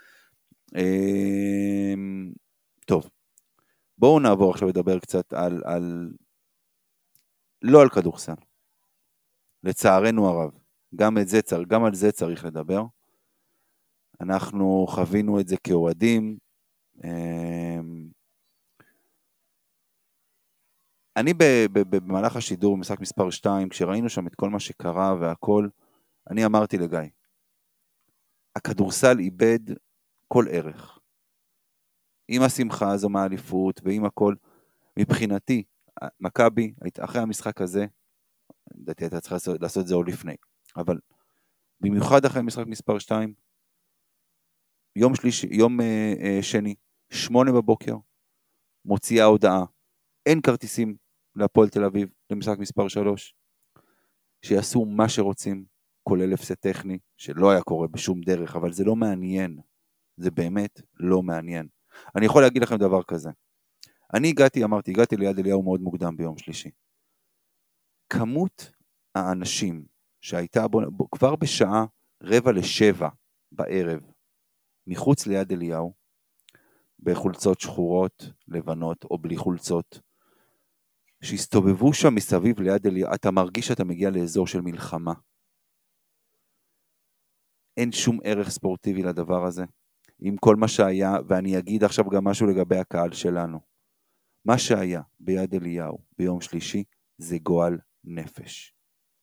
טוב, בואו נעבור עכשיו לדבר קצת על, על, לא על כדורסל. לצערנו הרב, גם, את זה, גם על זה צריך לדבר. אנחנו חווינו את זה כאוהדים. אני במהלך השידור, במשחק מספר שתיים, כשראינו שם את כל מה שקרה והכל, אני אמרתי לגיא, הכדורסל איבד כל ערך. עם השמחה הזו מהאליפות ועם הכל, מבחינתי, מכבי, אחרי המשחק הזה, לדעתי הייתה צריכה לעשות, לעשות את זה עוד לפני, אבל במיוחד אחרי משחק מספר שתיים, יום שלישי, יום אה, אה, שני, שמונה בבוקר, מוציאה הודעה, אין כרטיסים להפועל תל אביב, למשחק מספר שלוש, שיעשו מה שרוצים, כולל הפסד טכני, שלא היה קורה בשום דרך, אבל זה לא מעניין, זה באמת לא מעניין. אני יכול להגיד לכם דבר כזה, אני הגעתי, אמרתי, הגעתי ליד אליהו מאוד מוקדם ביום שלישי, כמות האנשים שהייתה בו, בו, כבר בשעה רבע לשבע בערב, מחוץ ליד אליהו, בחולצות שחורות, לבנות או בלי חולצות, שהסתובבו שם מסביב ליד אליהו, אתה מרגיש שאתה מגיע לאזור של מלחמה. אין שום ערך ספורטיבי לדבר הזה, עם כל מה שהיה, ואני אגיד עכשיו גם משהו לגבי הקהל שלנו. מה שהיה ביד אליהו ביום שלישי, זה גועל נפש.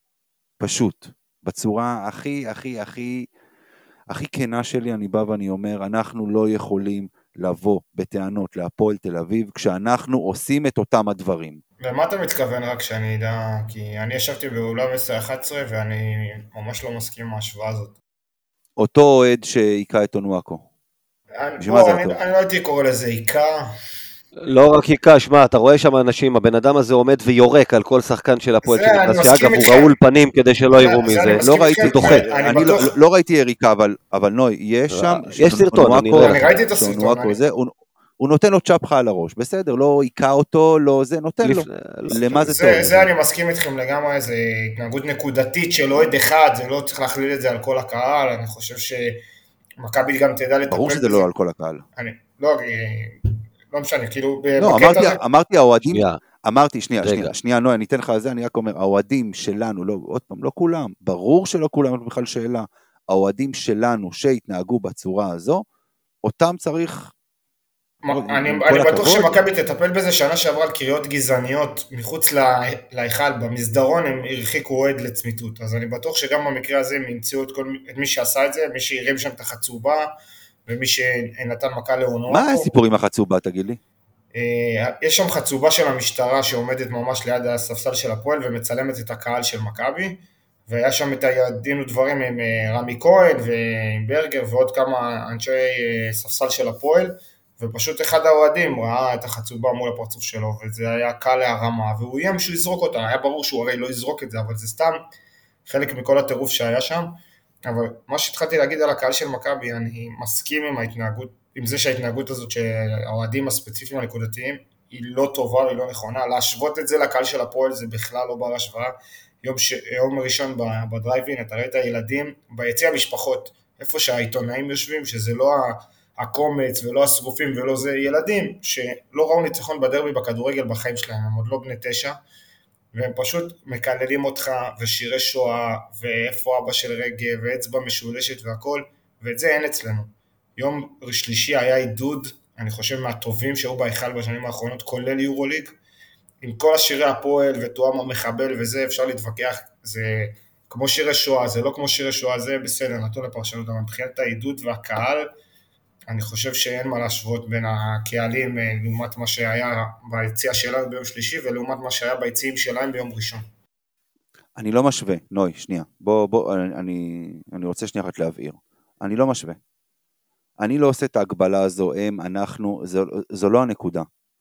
פשוט, בצורה הכי, הכי, הכי, הכי כנה שלי, אני בא ואני אומר, אנחנו לא יכולים לבוא בטענות להפועל תל אביב, כשאנחנו עושים את אותם הדברים. למה אתה מתכוון רק שאני אדע? כי אני ישבתי באולם עשר אחת עשרה, ואני ממש לא מסכים עם ההשוואה הזאת. אותו אוהד שהיקה את אונואקו. אני, בוא, אני, אני לא הייתי קורא לזה עיקה. לא רק עיקה, שמע, אתה רואה שם אנשים, הבן אדם הזה עומד ויורק על כל שחקן של הפועל שנכנס, שאגב הוא רעול פנים כדי שלא יראו מזה, לא ראיתי דוחה, אני לא ראיתי יריקה, אבל נוי, יש שם, יש סרטון, אני ראיתי את הסרטון, הוא נותן לו צ'פחה על הראש, בסדר, לא עיקה אותו, לא זה, נותן לו, למה זה טוב? זה אני מסכים איתכם לגמרי, זה התנהגות נקודתית של אוהד אחד, זה לא צריך להכליל את זה על כל הקהל, אני חושב שמכבי גם תדע לטפל. ברור שזה לא על כל הקהל. לא, לא משנה, כאילו... לא, אמרתי, אמרתי, האוהדים, אמרתי, שנייה, שנייה, שנייה, נוי, אני אתן לך על זה, אני רק אומר, האוהדים שלנו, לא, עוד פעם, לא כולם, ברור שלא כולם, בכלל שאלה, האוהדים שלנו שהתנהגו בצורה הזו, אותם צריך... אני בטוח שמכבי תטפל בזה, שנה שעברה על קריאות גזעניות מחוץ להיכל, במסדרון הם הרחיקו אוהד לצמיתות, אז אני בטוח שגם במקרה הזה הם ימצאו את מי שעשה את זה, מי שירים שם את החצובה, ומי שנתן מכה לעונו. מה הסיפור עם החצובה, תגיד לי? יש שם חצובה של המשטרה שעומדת ממש ליד הספסל של הפועל ומצלמת את הקהל של מכבי, והיה שם את הידין ודברים עם רמי כהן ועם ברגר ועוד כמה אנשי ספסל של הפועל, ופשוט אחד האוהדים ראה את החצובה מול הפרצוף שלו, וזה היה קל להרמה, והוא איים שהוא יזרוק אותה, היה ברור שהוא הרי לא יזרוק את זה, אבל זה סתם חלק מכל הטירוף שהיה שם. אבל מה שהתחלתי להגיד על הקהל של מכבי, אני מסכים עם ההתנהגות, עם זה שההתנהגות הזאת שהאוהדים הספציפיים הנקודתיים היא לא טובה והיא לא נכונה, להשוות את זה לקהל של הפועל זה בכלל לא בר השוואה. יום, ש... יום ראשון בדרייבין, אתה ראית ילדים ביציע המשפחות, איפה שהעיתונאים יושבים, שזה לא הקומץ ולא השרופים ולא זה, ילדים שלא ראו ניצחון בדרבי בכדורגל בחיים שלהם, הם עוד לא בני תשע, והם פשוט מקללים אותך, ושירי שואה, ואיפה אבא של רגע, ואצבע משולשת והכל, ואת זה אין אצלנו. יום שלישי היה עידוד, אני חושב מהטובים שהיו בהיכל בשנים האחרונות, כולל יורוליג, עם כל השירי הפועל ותואם המחבל וזה, אפשר להתווכח, זה כמו שירי שואה, זה לא כמו שירי שואה, זה בסדר, נתון לפרשנות, אבל מבחינת העידוד והקהל, אני חושב שאין מה להשוות בין הקהלים לעומת מה שהיה ביציאה שלנו ביום שלישי, ולעומת מה שהיה ביציאים שלהם ביום ראשון. אני לא משווה, נוי, שנייה, בוא, בוא, אני, אני רוצה שנייה אחת להבהיר. אני לא משווה. אני לא עושה את ההגבלה הזו, הם, אנחנו, זו, זו לא הנקודה.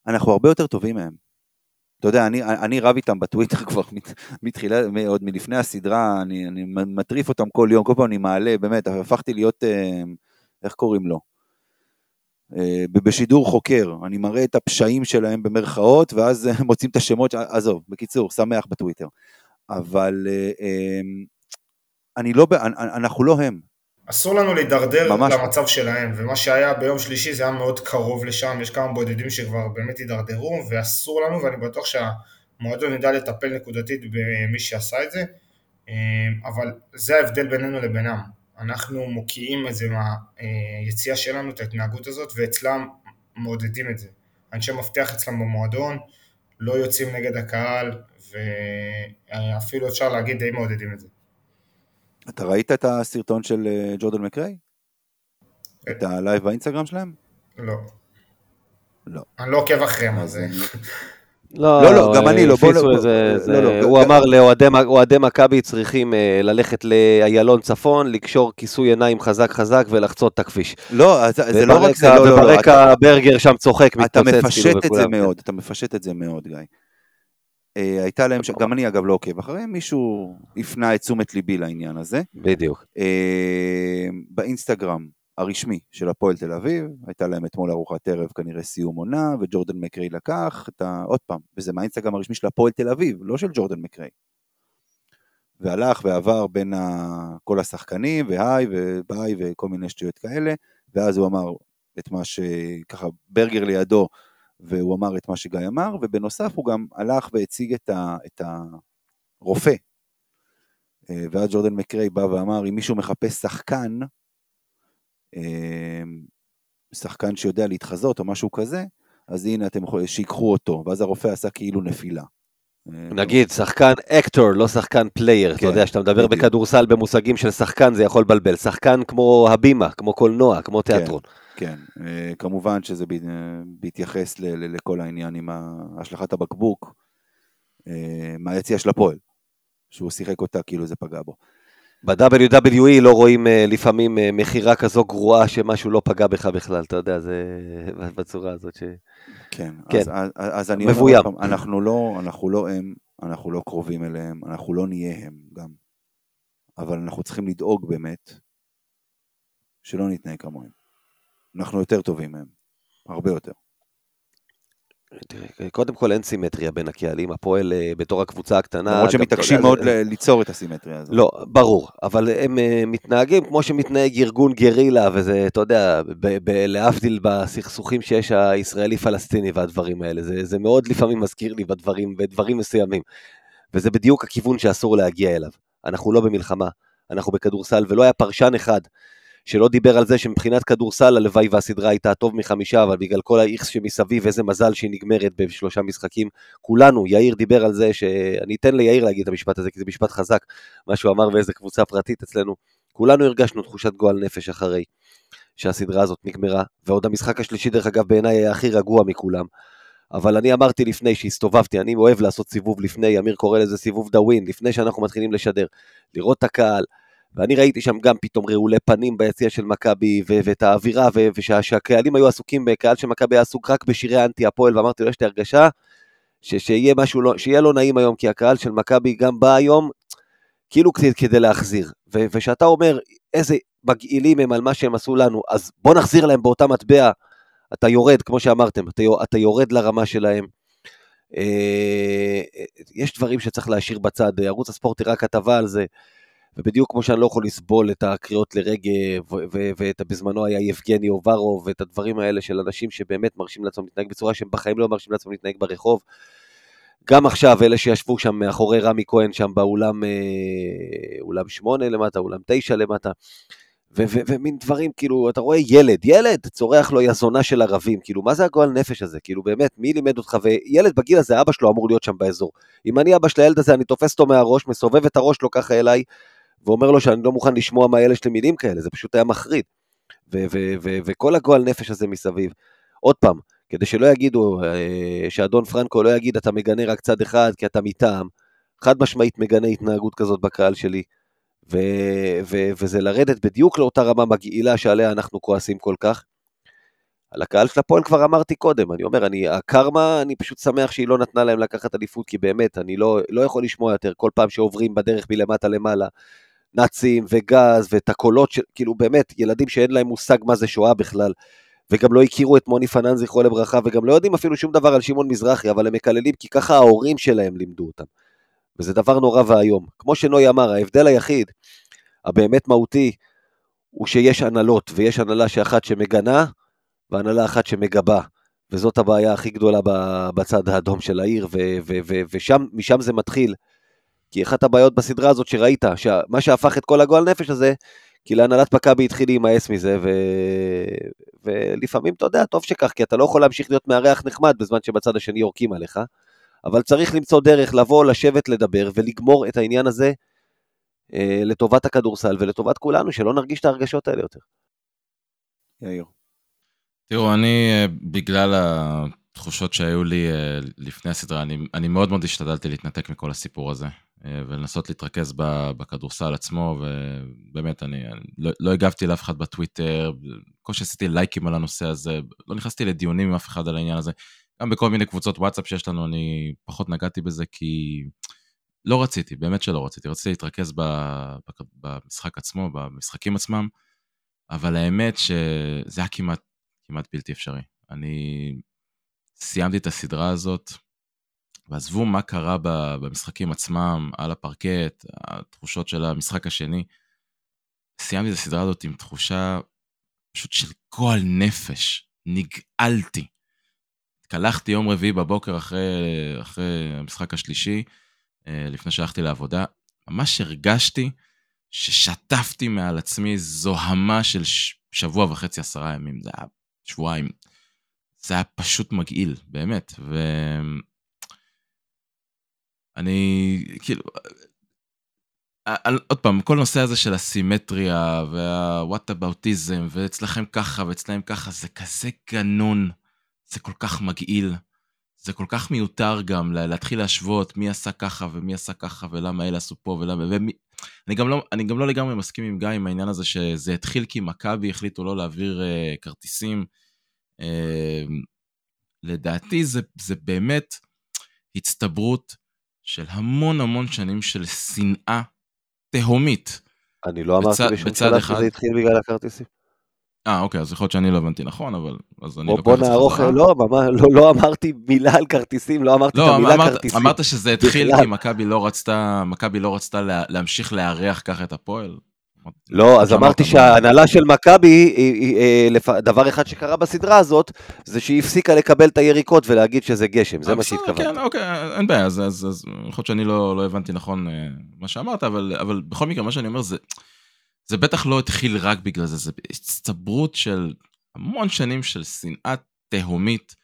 אנחנו הרבה יותר טובים מהם. אתה יודע, אני, אני רב איתם בטוויטר כבר מתחילה, עוד מלפני הסדרה, אני, אני מטריף אותם כל יום, כל פעם אני מעלה, באמת, הפכתי להיות, איך קוראים לו? בשידור חוקר, אני מראה את הפשעים שלהם במרכאות, ואז מוצאים את השמות, עזוב, בקיצור, שמח בטוויטר. אבל אני לא, אנחנו לא הם. אסור לנו להידרדר למצב שלהם, ומה שהיה ביום שלישי זה היה מאוד קרוב לשם, יש כמה בודדים שכבר באמת הידרדרו, ואסור לנו, ואני בטוח שהמועדון ידע לטפל נקודתית במי שעשה את זה, אבל זה ההבדל בינינו לבינם. אנחנו מוקיעים את זה מהיציאה שלנו, את ההתנהגות הזאת, ואצלם מעודדים את זה. אנשי מפתח אצלם במועדון, לא יוצאים נגד הקהל, ואפילו אפשר להגיד די מעודדים את זה. אתה ראית את הסרטון של ג'ורדן מקריי? את הלייב באינסטגרם שלהם? לא. לא. אני לא עוקב אחריהם על זה. לא, לא, גם אני לא. הוא אמר לאוהדי מכבי צריכים ללכת לאיילון צפון, לקשור כיסוי עיניים חזק חזק ולחצות את הכביש. לא, זה לא רק זה. וברקע ברגר שם צוחק, מתפוצץ. אתה מפשט את זה מאוד, אתה מפשט את זה מאוד, גיא. הייתה להם, גם אני אגב לא עוקב אחריהם, מישהו הפנה את תשומת ליבי לעניין הזה. בדיוק. באינסטגרם הרשמי של הפועל תל אביב, הייתה להם אתמול ארוחת ערב, כנראה סיום עונה, וג'ורדן מקריי לקח את ה... עוד פעם, וזה מהאינסטגרם הרשמי של הפועל תל אביב, לא של ג'ורדן מקריי. והלך ועבר בין כל השחקנים, והי וביי וכל מיני שטויות כאלה, ואז הוא אמר את מה שככה ברגר לידו, והוא אמר את מה שגיא אמר, ובנוסף הוא גם הלך והציג את, ה, את הרופא, ואז ג'ורדן מקריי בא ואמר, אם מישהו מחפש שחקן, שחקן שיודע להתחזות או משהו כזה, אז הנה אתם יכולים, שיקחו אותו, ואז הרופא עשה כאילו נפילה. נגיד, שחקן אקטור, לא שחקן פלייר, אתה יודע, שאתה מדבר בכדורסל במושגים של שחקן, זה יכול בלבל, שחקן כמו הבימה, כמו קולנוע, כמו תיאטרון. כן, כמובן שזה בהתייחס לכל העניין עם השלכת הבקבוק, מהיציאה של הפועל, שהוא שיחק אותה כאילו זה פגע בו. ב-דאבליו דאבליו אי לא רואים לפעמים מחירה כזו גרועה שמשהו לא פגע בך בכלל, אתה יודע, זה בצורה הזאת ש... כן, אז, אז אני אומר, אנחנו לא, אנחנו לא הם, אנחנו לא קרובים אליהם, אנחנו לא נהיה הם גם, אבל אנחנו צריכים לדאוג באמת שלא נתנהג כמוהם. אנחנו יותר טובים מהם, הרבה יותר. קודם כל אין סימטריה בין הקהלים, הפועל בתור הקבוצה הקטנה... למרות שמתעקשים מאוד ליצור את הסימטריה הזאת. לא, ברור, אבל הם מתנהגים כמו שמתנהג ארגון גרילה, וזה, אתה יודע, להבדיל בסכסוכים שיש הישראלי-פלסטיני והדברים האלה, זה מאוד לפעמים מזכיר לי בדברים מסוימים, וזה בדיוק הכיוון שאסור להגיע אליו. אנחנו לא במלחמה, אנחנו בכדורסל, ולא היה פרשן אחד שלא דיבר על זה שמבחינת כדורסל הלוואי והסדרה הייתה טוב מחמישה, אבל בגלל כל האיקס שמסביב, איזה מזל שהיא נגמרת בשלושה משחקים, כולנו, יאיר דיבר על זה, שאני אתן ליאיר להגיד את המשפט הזה, כי זה משפט חזק, מה שהוא אמר באיזה קבוצה פרטית אצלנו, כולנו הרגשנו תחושת גועל נפש אחרי שהסדרה הזאת נגמרה, ועוד המשחק השלישי דרך אגב בעיניי היה הכי רגוע מכולם, אבל אני אמרתי לפני שהסתובבתי, אני אוהב לעשות סיבוב לפני, אמיר קורא לזה סיבוב דאווין, לפני שאנחנו מתחילים לשדר, לראות את הקהל, ואני ראיתי שם גם פתאום רעולי פנים ביציאה של מכבי, ואת האווירה, ושהקהלים היו עסוקים, בקהל של מכבי היה עסוק רק בשירי אנטי הפועל, ואמרתי לו, יש לי הרגשה, שיהיה משהו, שיהיה לא נעים היום, כי הקהל של מכבי גם בא היום, כאילו כדי להחזיר, ושאתה אומר, איזה מגעילים הם על מה שהם עשו לנו, אז בוא נחזיר להם באותה מטבע, אתה יורד, כמו שאמרתם, אתה יורד לרמה שלהם, יש דברים שצריך להשאיר בצד, ערוץ הספורט רק כתבה על זה, ובדיוק כמו שאני לא יכול לסבול את הקריאות לרגב, ואת בזמנו היה יבגני אוברוב, ואת הדברים האלה של אנשים שבאמת מרשים לעצמם להתנהג בצורה שהם בחיים לא מרשים לעצמם להתנהג ברחוב, גם עכשיו אלה שישבו שם מאחורי רמי כהן, שם באולם אולם שמונה למטה, אולם תשע למטה, ומין דברים, כאילו, אתה רואה ילד, ילד, צורח לו יזונה של ערבים, כאילו, מה זה הגועל נפש הזה? כאילו, באמת, מי לימד אותך? וילד בגיל הזה, אבא שלו אמור להיות שם באזור. אם אני אבא של הילד הזה, אני תופס אותו מהראש, מסובב את הראש לו ככה אליי, ואומר לו שאני לא מוכן לשמוע מה ילד שלי מילים כאלה, זה פשוט היה מחריד. וכל הגועל נפש הזה מסביב. עוד פעם, כדי שלא יגידו, שאדון פרנקו לא יגיד, אתה מגנה רק צד אחד, כי אתה מטעם, חד משמעית מגנה התנהגות כזאת בקהל שלי, ו- ו- וזה לרדת בדיוק לאותה רמה מגעילה שעליה אנחנו כועסים כל כך. על הקהל של הפועל כבר אמרתי קודם, אני אומר, אני, הקרמה, אני פשוט שמח שהיא לא נתנה להם לקחת עדיפות, כי באמת, אני לא, לא יכול לשמוע יותר, כל פעם שעוברים בדרך מלמטה למעלה, נאצים וגז ואת הקולות, של, כאילו באמת, ילדים שאין להם מושג מה זה שואה בכלל, וגם לא הכירו את מוני פנן זכרו לברכה, וגם לא יודעים אפילו שום דבר על שמעון מזרחי, אבל הם מקללים, כי ככה ההורים שלהם לימדו אותם, וזה דבר נורא והיום. כמו שנוי אמר, ההבדל היחיד, הבאמת מהותי, הוא שיש הנהלות, ויש הנהלה שאחת שמגנה, והנהלה אחת שמגבה, וזאת הבעיה הכי גדולה בצד האדום של העיר, ושם, משם זה מתחיל, כי אחת הבעיות בסדרה הזאת שראית, מה שהפך את כל הגועל נפש הזה, כי להנהלת מכבי התחיל להימאס מזה, ו... ולפעמים אתה יודע, טוב שכך, כי אתה לא יכול להמשיך להיות מארח נחמד, בזמן שבצד השני יורקים עליך, אבל צריך למצוא דרך לבוא, לשבת, לדבר, ולגמור את העניין הזה, לטובת הכדורסל, ולטובת כולנו, שלא נרגיש את ההרגשות האלה יותר. יאיר. תראו, אני, בגלל התחושות שהיו לי לפני הסדרה, אני, אני מאוד מאוד השתדלתי להתנתק מכל הסיפור הזה, ולנסות להתרכז בכדורסל עצמו, ובאמת, אני, אני לא, לא הגבתי לאף אחד בטוויטר, כל שעשיתי לייקים על הנושא הזה, לא נכנסתי לדיונים עם אף אחד על העניין הזה, גם בכל מיני קבוצות וואטסאפ שיש לנו, אני פחות נגעתי בזה, כי לא רציתי, באמת שלא רציתי, רציתי להתרכז במשחק עצמו, במשחקים עצמם, אבל האמת שזה היה כמעט, כמעט בלתי אפשרי. אני סיימתי את הסדרה הזאת, ועזבו מה קרה במשחקים עצמם, על הפרקט, התחושות של המשחק השני, סיימתי את הסדרה הזאת עם תחושה פשוט של גועל נפש, נגעלתי. התקלחתי יום רביעי בבוקר אחרי, אחרי המשחק השלישי, לפני שהלכתי לעבודה, ממש הרגשתי ששטפתי מעל עצמי זוהמה של שבוע וחצי, עשרה ימים, זה היה שבועיים, זה היה פשוט מגעיל, באמת, ואני, כאילו, עוד פעם, כל נושא הזה של הסימטריה, והוואטאבאוטיזם, ואצלכם ככה, ואצלהם ככה, זה כזה גנון, זה כל כך מגעיל, זה כל כך מיותר גם, להתחיל להשוות מי עשה ככה, ומי עשה ככה, ולמה אלה עשו פה, ולמה, ומי... אני גם לא, אני גם לא לגמרי מסכים עם גיא עם העניין הזה, שזה התחיל כי מכבי החליטו לא להעביר uh, כרטיסים, uh, לדעתי זה, זה באמת הצטברות של המון המון שנים של שנאה תהומית. אני לא אמרתי בשום שלב שזה התחיל בגלל הכרטיסים. אה, אוקיי, אז יכול להיות שאני לא הבנתי נכון, אבל אז אני בוא נערוך, לא, לא, לא אמרתי מילה על כרטיסים, לא אמרתי את המילה כרטיסים. אמרת שזה התחיל כי מכבי לא רצתה, מכבי לא רצתה להמשיך לארח ככה את הפועל. לא, אז אמרתי שההנהלה של מכבי, דבר אחד שקרה בסדרה הזאת, זה שהיא הפסיקה לקבל את היריקות ולהגיד שזה גשם, זה מה שהתכוונתי. כן, אוקיי, אין בעיה, אז יכול להיות שאני לא הבנתי נכון מה שאמרת, אבל בכל מקרה, מה שאני אומר זה, זה בטח לא התחיל רק בגלל זה, זה הצטברות של המון שנים של שנאה תהומית,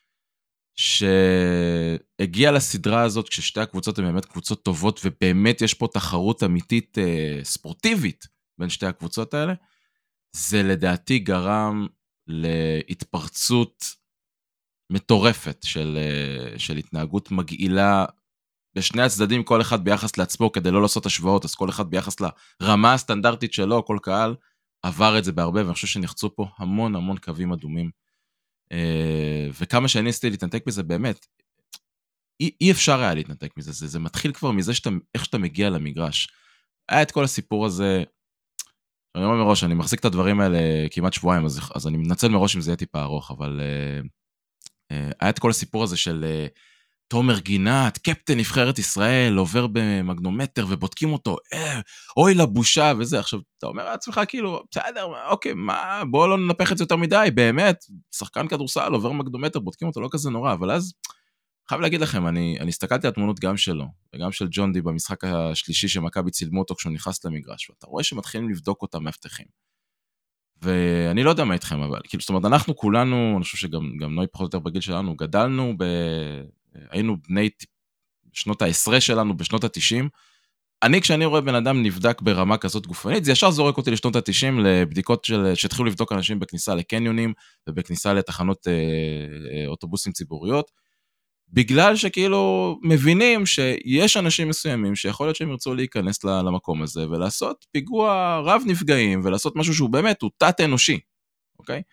שהגיעה לסדרה הזאת, כששתי הקבוצות הן באמת קבוצות טובות, ובאמת יש פה תחרות אמיתית ספורטיבית בין שתי הקבוצות האלה, זה לדעתי גרם להתפרצות מטורפת של, של התנהגות מגעילה, בשני הצדדים, כל אחד ביחס לעצמו, כדי לא לעשות השוואות, אז כל אחד ביחס לרמה הסטנדרטית שלו, כל קהל עבר את זה בהרבה, ואני חושב שנחצו פה המון המון קווים אדומים, וכמה שאני עשיתי להתנתק בזה, באמת, אי, אי אפשר היה להתנתק מזה, זה, זה מתחיל כבר מזה שאתה, איך שאתה מגיע למגרש, היה את כל הסיפור הזה, אני אומר מראש, אני מחזיק את הדברים האלה כמעט שבועיים, אז, אז אני מנצל מראש אם זה יהיה טיפה ארוך, אבל היה את כל הסיפור הזה של תומר גינת, קפטן נבחרת ישראל, עובר במגנומטר ובודקים אותו, אה, אוי לבושה וזה, עכשיו אתה אומר לעצמך כאילו, בסדר, אוקיי, מה, בוא לא ננפח את זה יותר מדי, באמת, שחקן כדורסל, עובר מגנומטר, בודקים אותו, לא כזה נורא, אבל אז, חייב להגיד לכם, אני, אני הסתכלתי על התמונות גם שלו, וגם של ג'ון די במשחק השלישי שמכבי צילמו אותו כשהוא נכנס למגרש, ואתה רואה שמתחילים לבדוק אותם מאבטחים. ואני לא יודע מה איתכם, אבל, כאילו, זאת אומרת, אנחנו כולנו, אני חושב שגם גם נוי פחות או יותר בגיל שלנו, גדלנו ב... היינו בני שנות העשרה שלנו בשנות התשעים, אני כשאני רואה בן אדם נבדק ברמה כזאת גופנית, זה ישר זורק אותי לשנות התשעים לבדיקות של, שהתחילו לבדוק אנשים בכניסה לקניונים, ובכניסה לתחנות אה, אה, אוטובוסים ציבוריות, בגלל שכאילו מבינים שיש אנשים מסוימים שיכול להיות שהם ירצו להיכנס למקום הזה, ולעשות פיגוע רב נפגעים, ולעשות משהו שהוא באמת, הוא תת אנושי, אוקיי?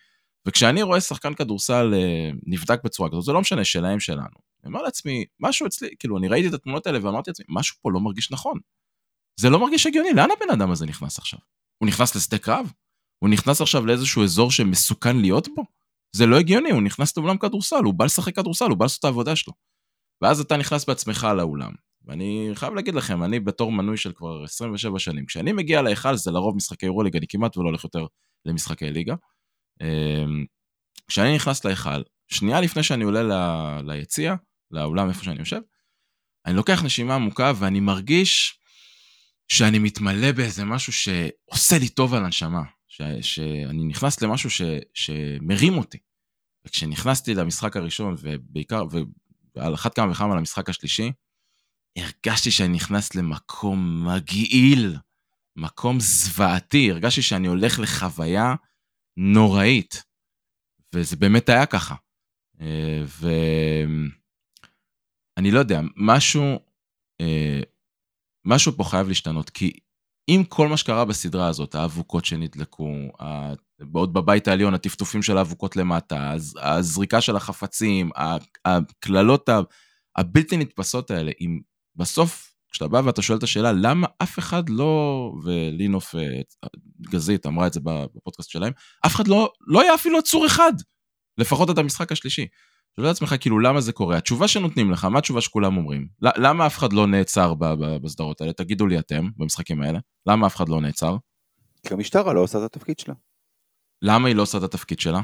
וכשאני רואה שחקן כדורסל נבדק בצורה כזאת, זה לא משנה, שלהם שלנו. אני אומר לעצמי, משהו אצלי, כאילו, אני ראיתי את התמונות האלה ואמרתי לעצמי, משהו פה לא מרגיש נכון. זה לא מרגיש הגיוני, לאן הבן אדם הזה נכנס עכשיו? הוא נכנס לשדה קרב? הוא נכנס עכשיו לאיזשהו אזור שמסוכן להיות בו? זה לא הגיוני, הוא נכנס לאולם כדורסל, הוא בא לשחק כדורסל, הוא בא לעשות את העבודה שלו. ואז אתה נכנס בעצמך לאולם. ואני חייב להגיד לכם, אני בתור מנוי של כבר עשרים ושבע שנים, כשאני מגיע להיכל, זה לרוב משחקי יורוליגה, אני כמעט ולא הולך יותר למשחקי ליגה. כשאני נכנס להיכל, שנייה לפני שאני עולה ל... ליציע, לאולם איפה שאני יושב, אני לוקח נשימה עמוקה, ואני מרגיש שאני מתמלא באיזה משהו שעושה לי טוב על הנשמה, ש... שאני נכנס למשהו ש... שמרים אותי. וכשנכנסתי למשחק הראשון, ובעיקר, ועל אחת כמה וכמה למשחק השלישי, הרגשתי שאני נכנס למקום מגעיל, מקום זוועתי, הרגשתי שאני הולך לחוויה נוראית, וזה באמת היה ככה. ואני לא יודע, משהו, משהו פה חייב להשתנות, כי אם כל מה שקרה בסדרה הזאת, האבוקות שנדלקו, בעוד בבית העליון, הטפטופים של האבוקות למטה, הזריקה של החפצים, הכללות הבלתי נתפסות האלה, אם בסוף, כשאתה בא ואתה שואל את השאלה, למה אף אחד לא, ולינוף גזית אמרה את זה בפודקאסט שלהם, אף אחד לא, לא היה אפילו עצור אחד, לפחות את המשחק השלישי. שואל את עצמך, כאילו, למה זה קורה? התשובה שנותנים לך, מה התשובה שכולם אומרים? למה אף אחד לא נעצר בסדרות האלה? תגידו לי אתם, במשחקים האלה, למה אף אחד לא נעצר? כי המשטרה לא עושה את התפקיד שלה. למה היא לא עושה את התפקיד שלה?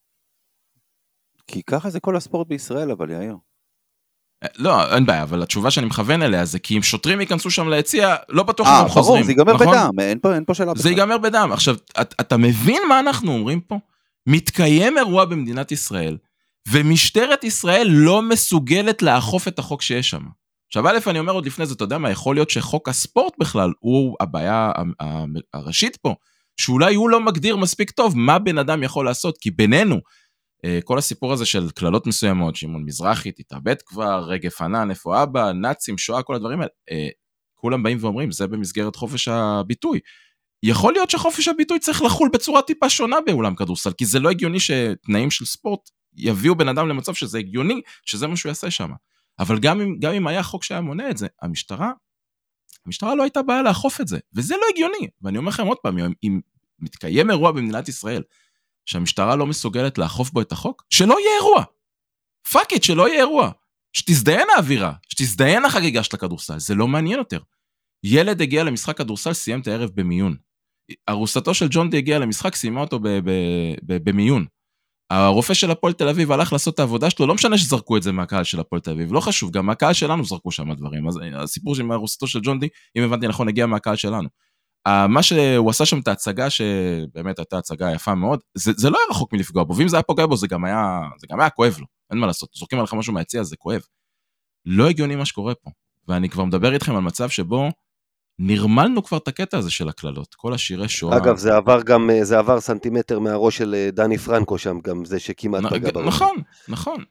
כי ככה זה כל הספורט בישראל, אבל יאיר. לא, אין בעיה, אבל התשובה שאני מכוון אליה זה כי אם שוטרים ייכנסו שם ליציע, לא בטוח שהם חוזרים. ברור, זה ייגמר בדם, אין פה, אין פה שאלה. זה ייגמר בדם. עכשיו, אתה, אתה מבין מה אנחנו אומרים פה? מתקיים אירוע במדינת ישראל, ומשטרת ישראל לא מסוגלת לאכוף את החוק שיש שם. עכשיו, א', אני אומר עוד לפני זה, אתה יודע מה, יכול להיות שחוק הספורט בכלל, הוא הבעיה הראשית פה, שאולי הוא לא מגדיר מספיק טוב מה בן אדם יכול לעשות, כי בינינו, כל הסיפור הזה של כללות מסוימות, שמעון מזרחי, תתאבד כבר, רגב פנן, איפה אבא, נאצים, שואה, כל הדברים האלה, כולם באים ואומרים, זה במסגרת חופש הביטוי. יכול להיות שחופש הביטוי צריך לחול בצורה טיפה שונה באולם כדורסל, כי זה לא הגיוני שתנאים של ספורט יביאו בן אדם למצב שזה הגיוני, שזה מה שהוא יעשה שם. אבל גם אם, גם אם היה חוק שהיה מונע את זה, המשטרה, המשטרה לא הייתה בעיה לאכוף את זה, וזה לא הגיוני. ואני אומר לכם עוד פעם, אם מתקיים אירוע במדינת ישראל, שהמשטרה לא מסוגלת לאכוף בו את החוק, שלא יהיה אירוע. פאק איט, שלא יהיה אירוע. שתזדיין האווירה, שתזדיין החגיגה של הכדורסל, זה לא מעניין יותר. ילד הגיע למשחק כדורסל, סיים את הערב במיון. ארוסתו של ג'ון די הגיע למשחק, סיימה אותו במיון. הרופא של הפועל תל אביב הלך לעשות את העבודה שלו, לא משנה שזרקו את זה מהקהל של הפועל תל אביב, לא חשוב, גם מהקהל שלנו זרקו שם הדברים. אז הסיפור של ארוסתו של ג'ון די, אם הבנתי נכון, הגיע מהקהל שלנו. מה שהוא עשה שם את ההצגה, שבאמת הייתה הצגה יפה מאוד, זה, זה לא היה רחוק מלפגוע בו, ואם זה היה פוגע בו, זה גם היה, זה גם היה כואב לו, אין מה לעשות, זורקים עליך משהו מהיציע, זה כואב. לא הגיוני מה שקורה פה, ואני כבר מדבר איתכם על מצב שבו, נרמלנו כבר את הקטע הזה של הכללות, כל השירי שואה. אגב, זה עבר גם, זה עבר סנטימטר מהראש של דני פרנקו שם, גם זה שכמעט פגע בראש. נכון, נכון,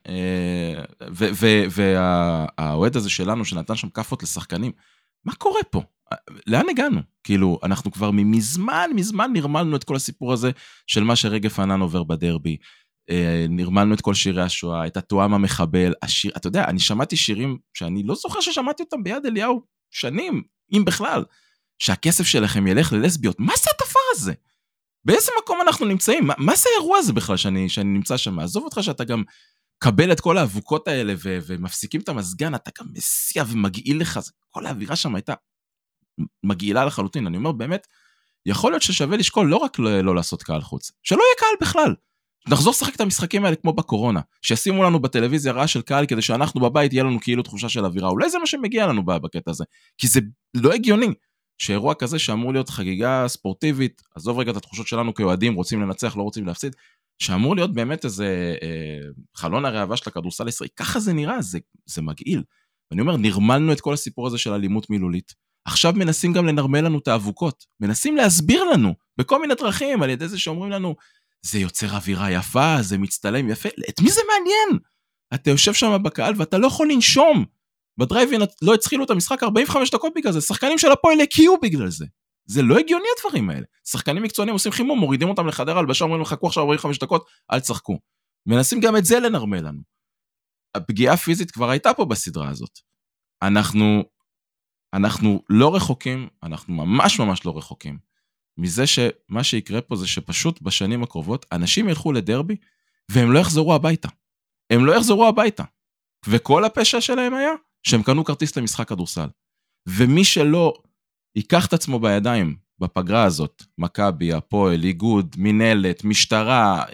והאוהד הזה שלנו, שנתן שם כפות לשחקנים, מה קורה פה? לאן הגענו? כאילו, אנחנו כבר מזמן, מזמן נרמלנו את כל הסיפור הזה של מה שרגב פנן עובר בדרבי, נרמלנו את כל שירי השואה, את התואם המחבל, השיר, אתה יודע, אני שמעתי שירים שאני לא זוכר ששמעתי אותם ביד אליהו שנים, אם בכלל, שהכסף שלכם ילך ללסביות, מה זה הדבר הזה? באיזה מקום אנחנו נמצאים? מה, מה זה האירוע הזה בכלל שאני, שאני נמצא שם? עזוב אותך שאתה גם קבל את כל האבוקות האלה ו- ומפסיקים את המסגן, אתה גם מסיע ומגעיל לך, כל האווירה שם הייתה מגעילה לחלוטין, אני אומר באמת, יכול להיות ששווה לשקול לא רק לא, לא לעשות קהל חוץ, שלא יהיה קהל בכלל, נחזור לשחק את המשחקים האלה כמו בקורונה, שישימו לנו בטלוויזיה רעה של קהל, כדי שאנחנו בבית יהיה לנו כאילו תחושה של אווירה, אולי זה מה שמגיע לנו בקטע הזה, כי זה לא הגיוני, שאירוע כזה שאמור להיות חגיגה ספורטיבית, עזוב רגע את התחושות שלנו כאוהדים, רוצים לנצח, לא רוצים להפסיד, שאמור להיות באמת איזה אה, חלון הראווה של הכדורסל הישראלי, ככה זה נראה, זה, זה מגעיל. ואני אומר, נרמלנו את כל הסיפור הזה של אלימות מילולית, עכשיו מנסים גם לנרמל לנו את האבוקות, מנסים להסביר לנו, בכל מיני דרכים, על ידי זה שאומרים לנו, זה יוצר אווירה יפה, זה מצטלם יפה, את מי זה מעניין? אתה יושב שם בקהל ואתה לא יכול לנשום, בדרייבין לא הצחילו את המשחק ארבעים וחמש דקות בגלל זה, שחקנים של הפועל הקיעו בגלל זה, זה לא הגיוני הדברים האלה. שחקנים מקצוענים עושים חימום, מורידים אותם לחדר הלבשה, אומרים לחכו עכשיו ארבעים וחמש דקות, אל תשחקו. מנסים גם את זה לנרמל לנו. הפגיעה הפיזית כבר הייתה פה בסדרה הזאת. אנחנו, אנחנו לא רחוקים, אנחנו ממש ממש לא רחוקים, מזה שמה שיקרה פה זה שפשוט בשנים הקרובות, אנשים ילכו לדרבי, והם לא יחזרו הביתה. הם לא יחזרו הביתה. וכל הפשע שלהם היה, שהם קנו כרטיס למשחק כדורסל. ומי שלא ייקח את עצמו בידיים, בפגרה הזאת, מכבי, הפועל, איגוד, מנהלת, משטרה,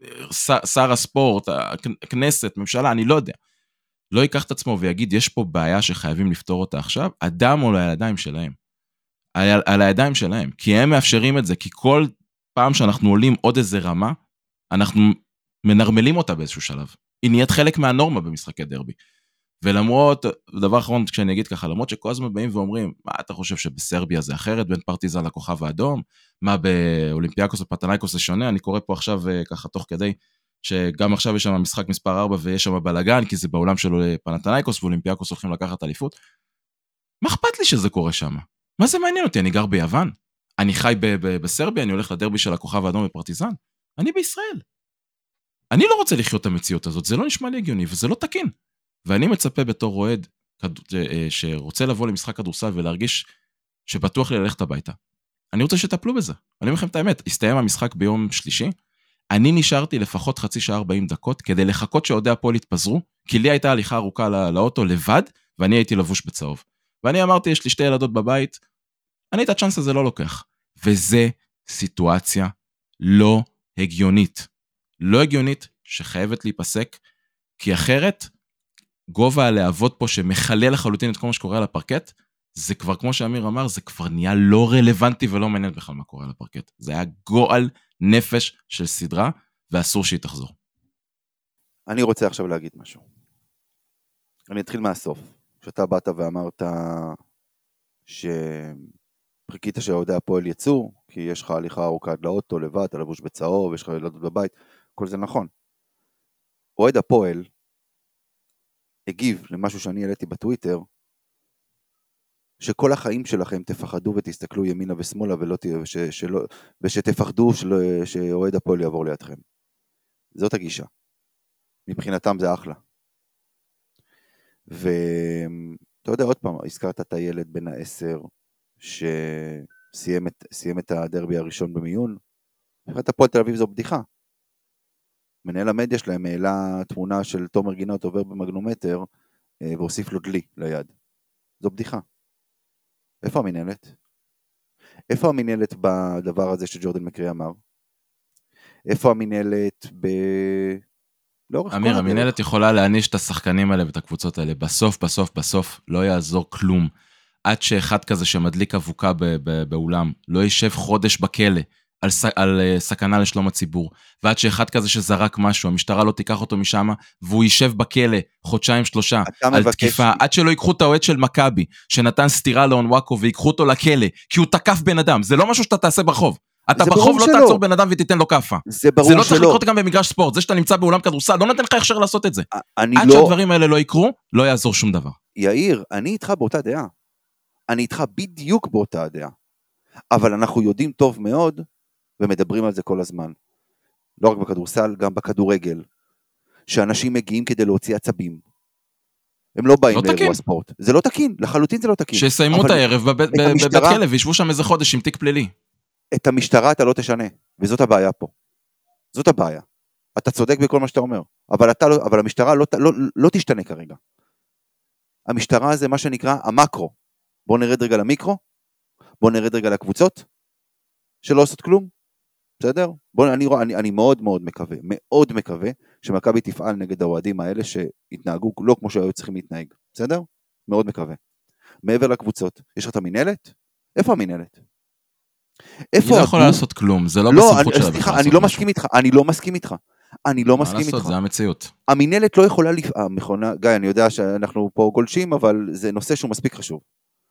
שר הספורט, הכנסת, ממשלה, אני לא יודע, לא ייקח את עצמו ויגיד, יש פה בעיה שחייבים לפתור אותה עכשיו, אדם או לידיים שלהם. על, על הידיים שלהם, כי הם מאפשרים את זה, כי כל פעם שאנחנו עולים עוד איזה רמה, אנחנו מנרמלים אותה באיזשהו שלב. היא נהיית חלק מהנורמה במשחקי דרבי. ולמרות, דבר אחרון כשאני אגיד ככה, למרות שכל הזמן באים ואומרים, מה אתה חושב שבסרביה זה אחרת, בין פרטיזן לכוכב האדום, מה באולימפיאקוס ופנתנייקוס זה שונה, אני קורא פה עכשיו ככה תוך כדי, שגם עכשיו יש שם משחק מספר ארבע, ויש שם בלגן, כי זה בעולם של פנתנייקוס, ואולימפיאקוס הולכים לקחת אליפות. מה אכפת לי שזה קורה שם? מה זה מעניין אותי? אני גר ביוון, אני חי ב- ב- בסרביה, אני הולך לדרבי של הכוכב האדום בפרטיזן, אני בישראל. אני לא רוצה לחיות את המציאות הזאת, זה לא נשמע לי הגיוני, וזה לא תקין. ואני מצפה בתור רועד, שרוצה לבוא למשחק כדורסל, ולהרגיש שבטוח לי ללכת הביתה. אני רוצה שתטפלו בזה. אני אומר לכם את האמת, הסתיים המשחק ביום שלישי, אני נשארתי לפחות חצי שעה ארבעים דקות, כדי לחכות שעודי הפועל יתפזרו, כי לי הייתה הליכה ארוכה לא, לאוטו לבד, ואני הייתי לבוש בצהוב. ואני אמרתי, יש לי שתי ילדות בבית, אני את הצ'אנס הזה לא לוקח. וזה סיטואציה לא הגיונית. לא הגיונית שחייבת להיפסק, כי אחרת, גובה הלהבות פה שמחלל לחלוטין את כל מה שקורה על הפרקט, זה כבר, כמו שאמיר אמר, זה כבר נהיה לא רלוונטי ולא מעניין בכלל מה קורה על הפרקט. זה היה גועל נפש של סדרה, ואסור שהיא תחזור. אני רוצה עכשיו להגיד משהו. אני אתחיל מהסוף. כשאתה באת ואמרת שחיכית שהעודי הפועל יצאו, כי יש לך הליכה ארוכה עד לאוטו, לבד, אתה לבוש בצהוב, יש לך ילדות בבית, כל זה נכון. אוהד הפועל הגיב למשהו שאני העליתי בטוויטר, שכל החיים שלכם תפחדו ותסתכלו ימינה ושמאלה, ולא, ש, שלא, ושתפחדו שלא, שאוהד הפועל יעבור לידכם. זאת הגישה. מבחינתם זה אחלה. ואתה יודע, עוד פעם, הזכרת את הילד בן העשר, שסיים את, סיים את הדרבי הראשון במיון, מבחינת הפועל תל אביב זו בדיחה. מנהל המדיה שלהם העלה תמונה של תומר גינות עובר במגנומטר, והוסיף לו דלי ליד. זו בדיחה. איפה המנהלת? איפה המנהלת בדבר הזה שג'ורדן מקרי אמר? איפה המנהלת ב... אמיר, המנהלת יכולה להניש את השחקנים האלה ואת הקבוצות האלה. בסוף, בסוף, בסוף, לא יעזור כלום. עד שאחד כזה שמדליק אבוקה באולם, לא יישב חודש בכלא על, ס... על סכנה לשלום הציבור. ועד שאחד כזה שזרק משהו, המשטרה לא תיקח אותו משם, והוא יישב בכלא חודשיים שלושה על תקיפה, עד שלא ייקחו את האוהד של מכבי, שנתן סתירה לאון וואקו, ויקחו אותו לכלא, כי הוא תקף בן אדם. זה לא משהו שאתה תעשה ברחוב. אתה ברחוב לא תעצור בן אדם ותיתן לו קפה. זה ברור שלא. זה לא צריך לקרות גם במגרש ספורט. זה שאתה נמצא באולם כדורסל, לא נתן לך הכשר לעשות את זה. עד לא... שהדברים האלה לא יקרו, לא יעזור שום דבר. יאיר, אני איתך באותה דעה. אני איתך בדיוק באותה דעה. אבל אנחנו יודעים טוב מאוד, ומדברים על זה כל הזמן. לא רק בכדורסל, גם בכדורגל. שאנשים מגיעים כדי להוציא עצבים. הם לא באים לא לאירוע ספורט. זה לא תקין, לחלוטין זה לא תקין. שיסיימו את הערב בבית כלא, וישבו שם איזה חודש עם תיק פלילי. את המשטרה אתה לא תשנה, וזאת הבעיה פה. זאת הבעיה. אתה צודק בכל מה שאתה אומר, אבל, אתה, אבל המשטרה לא, לא, לא תשתנה כרגע. המשטרה זה מה שנקרא המקרו. בואו נרד רגע למיקרו, בואו נרד רגע לקבוצות, שלא עושות כלום, בסדר? בואו, אני, אני, אני מאוד מאוד מקווה, מאוד מקווה, שמכבי תפעל נגד האוהדים האלה, שהתנהגו לא כמו שהיו צריכים להתנהג, בסדר? מאוד מקווה. מעבר לקבוצות, יש לך את המנהלת? איפה המנהלת? היא לא יכולה לעשות כלום, זה לא בסמכות שלה. סליחה, אני לא מסכים איתך, אני לא מסכים איתך. אני לא מסכים איתך. זה המציאות. המנהלת לא יכולה לפעול, מכונה, גיא, אני יודע שאנחנו פה גולשים, אבל זה נושא שהוא מספיק חשוב.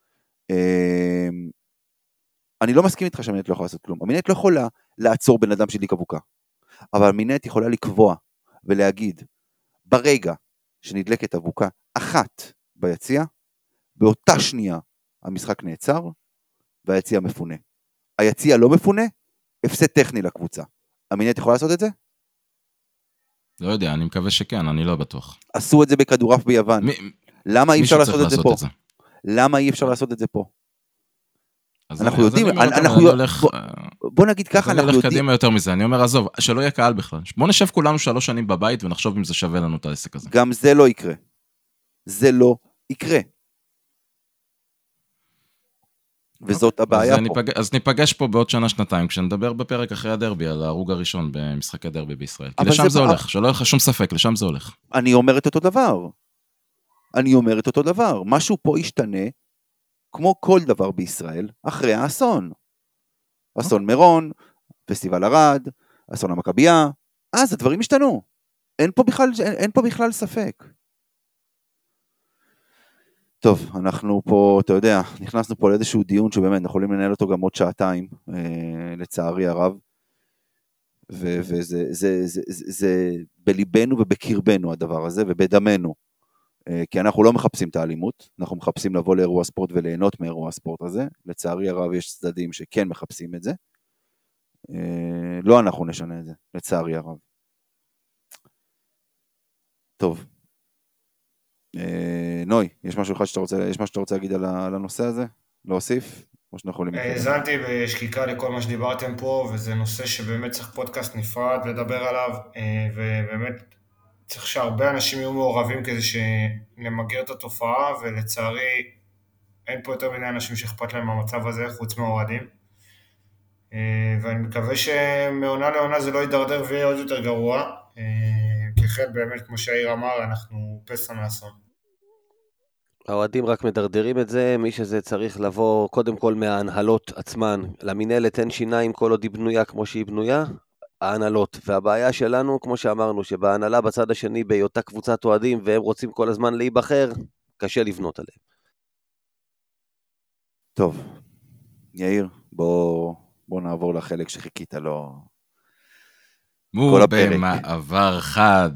אני לא מסכים איתך שהמנהלת לא יכולה לעשות כלום. המנהלת לא יכולה לעצור בן אדם שדליק אבוקה. אבל המנהלת יכולה לקבוע ולהגיד, ברגע שנדלקת אבוקה אחת ביציאה, באותה שנייה המשחק נעצר, והיציאה מפונה. היציע לא מפונה, הפסד טכני לקבוצה. אמינט יכול לעשות את זה? לא יודע, אני מקווה שכן, אני לא בטוח. עשו את זה בכדורעף ביוון. מי, למה אי אפשר לעשות את זה פה? את זה. למה אי אפשר לעשות את זה פה? אנחנו אני, יודעים, אני אומר, אנחנו, אני הולך, בוא, בוא נגיד ככה, אנחנו יודעים. אני הולך יודעים. קדימה יותר מזה, אני אומר, עזוב, שלא יהיה קהל בכלל. בוא נשב כולנו שלוש שנים בבית ונחשוב אם זה שווה לנו את העסק הזה. גם זה לא יקרה. זה לא יקרה. וזאת הבעיה פה. ניפג... אז ניפגש פה בעוד שנה, שנתיים, כשנדבר בפרק אחרי הדרבי, על ההרוג הראשון במשחקי דרבי בישראל. כי לשם זה, זה הולך, שלא לך שום ספק, לשם זה הולך. אני אומר את אותו דבר. אני אומר את אותו דבר. משהו פה ישתנה, כמו כל דבר בישראל, אחרי האסון. אסון מירון, פסטיבל ערד, אסון המכבייה, אז הדברים השתנו. אין פה בכלל, אין, אין פה בכלל ספק. טוב, אנחנו פה, אתה יודע, נכנסנו פה לאיזשהו דיון שבאמת, אנחנו יכולים לנהל אותו גם עוד שעתיים, אה, לצערי הרב, ו- וזה זה, זה, זה, זה, זה בליבנו ובקרבנו הדבר הזה, ובדמנו, אה, כי אנחנו לא מחפשים את האלימות, אנחנו מחפשים לבוא לאירוע ספורט וליהנות מאירוע הספורט הזה, לצערי הרב יש צדדים שכן מחפשים את זה, אה, לא אנחנו נשנה את זה, לצערי הרב. טוב. נוי, יש משהו אחד שאתה רוצה, יש משהו שאתה רוצה להגיד על הנושא הזה? להוסיף? או שאנחנו יכולים... האזנתי בשקיקה לכל מה שדיברתם פה, וזה נושא שבאמת צריך פודקאסט נפרד לדבר עליו, ובאמת צריך שהרבה אנשים יהיו מעורבים כדי שנמגר את התופעה, ולצערי אין פה יותר מיני אנשים שאכפת להם מהמצב הזה, חוץ מהאוהדים. ואני מקווה שמעונה לעונה זה לא יידרדר ויהיה עוד יותר גרוע, כחל באמת, כמו שהעיר אמר, אנחנו פסע מהאסון. האוהדים רק מדרדרים את זה, מי שזה צריך לבוא קודם כל מההנהלות עצמן, למנהלת אין שיניים כל עוד היא בנויה כמו שהיא בנויה, ההנהלות, והבעיה שלנו, כמו שאמרנו, שבהנהלה בצד השני בהיותה קבוצת אוהדים, והם רוצים כל הזמן להיבחר, קשה לבנות עליהם. טוב, יאיר, בוא, בוא נעבור לחלק שחיכית לו. מו במעבר חד.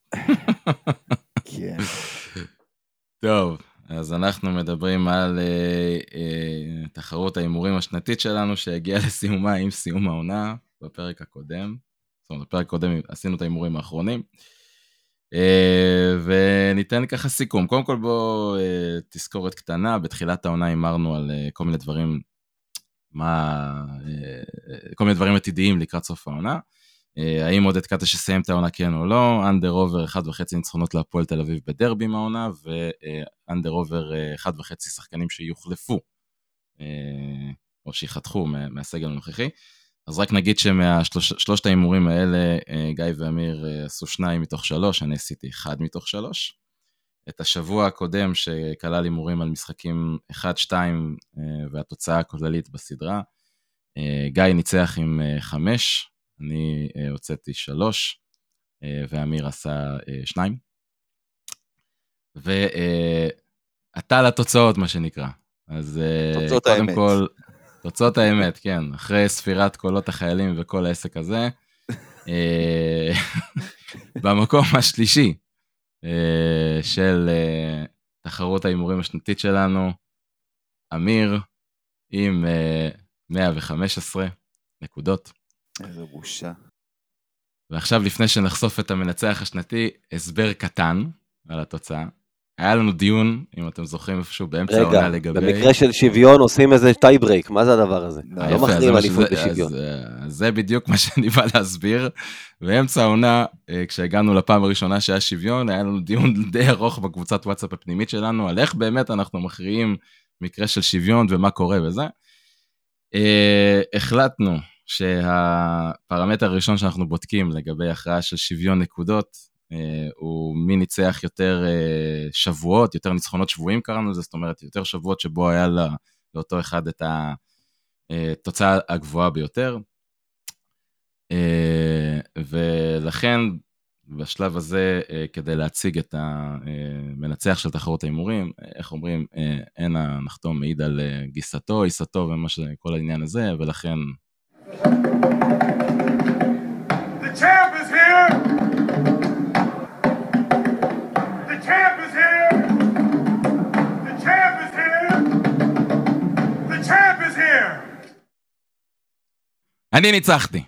כן. טוב, אז אנחנו מדברים על uh, uh, תחרות האימורים השנתית שלנו, שהגיעה לסיומה עם סיום העונה בפרק הקודם. זאת אומרת, בפרק הקודם עשינו את האימורים האחרונים. Uh, וניתן ככה סיכום. קודם כל בוא uh, תזכורת קטנה, בתחילת העונה אימרנו על uh, כל מיני דברים, מה, uh, כל מיני דברים עתידיים לקראת סוף העונה. האם עודד קטש שסיים את העונה כן או לא, אנדר אובר אחד וחצי ניצחונות להפועל תל אביב בדרבי מהעונה, ואנדר אובר אחד וחצי שחקנים שיוחלפו, או שיחתכו מהסגל הנוכחי. אז רק נגיד שמהשלושת האימורים האלה, גיא ואמיר עשו שניים מתוך שלוש, אני עשיתי אחד מתוך שלוש. את השבוע הקודם שכלל אימורים על משחקים אחד שתיים, והתוצאה הכוללית בסדרה, גיא ניצח עם חמש, אני uh, הוצאתי שלוש, uh, ואמיר עשה uh, שניים. ואתה uh, לתוצאות, מה שנקרא. אז uh, תוצאות קודם האמת. כל, תוצאות האמת, כן. אחרי ספירת קולות החיילים וכל העסק הזה, uh, במקום השלישי uh, של uh, תחרות האימורים השנתית שלנו, אמיר עם uh, מאה וחמש עשרה נקודות. איזה בושה. ועכשיו לפני שנחשוף את המנצח השנתי, הסבר קטן על התוצאה. היה לנו דיון, אם אתם זוכרים איפשהו באמצע העונה לגבי... רגע, במקרה של שוויון עושים איזה טי ברייק, מה זה הדבר הזה? לא, לא מכריעים אליפות בשוויון. אז, אז זה בדיוק מה שאני בא להסביר. באמצע העונה, כשהגענו לפעם הראשונה שהיה שוויון, היה לנו דיון די ארוך בקבוצת וואטסאפ הפנימית שלנו, על איך באמת אנחנו מכריעים מקרה של שוויון ומה קורה וזה. החלטנו שהפרמטר הראשון שאנחנו בודקים לגבי הכרעה של שוויון נקודות, הוא מי ניצח יותר שבועות, יותר ניצחונות שבועים קראנו לזה, זאת אומרת יותר שבועות שבו היה לאותו אחד את התוצאה הגבוהה ביותר, ולכן בשלב הזה כדי להציג את המנצח של תחרות האימורים, איך אומרים, אין הנחתום מעיד על גיסתו, עיסתו ומה שכל העניין הזה, ולכן The champ is here! The champ is here! The champ is here! The champ is here! אני ניצחתי.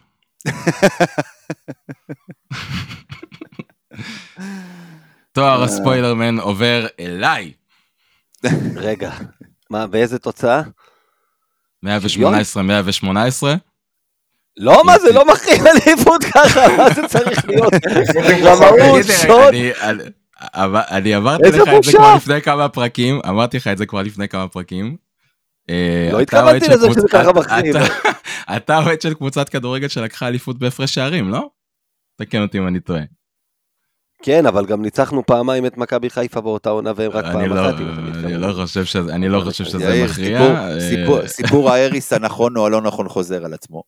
תואר הספוילרמן עובר אליי. רגע, מה, באיזה תוצאה? מאה ושמונה עשרה מאה ושמונה עשרה. לא, מה זה, לא מכריע אליפות ככה, מה זה צריך להיות? רמאות, שוד. אני אמרתי לך את זה כבר לפני כמה פרקים, אמרתי לך את זה כבר לפני כמה פרקים. לא התכוונתי לזה שזה ככה מכריע. אתה אוהד של קבוצת כדורגל שלקחה אליפות בהפרש שערים, לא? תקן אותי אם אני טועה. כן, אבל גם ניצחנו פעמיים את מכבי חיפה באותה עונה, והם רק פעם אחת. אני לא חושב שזה, אני לא חושב שזה מכריע. סיפור האריס הנכון או הלא נכון חוזר על עצמו.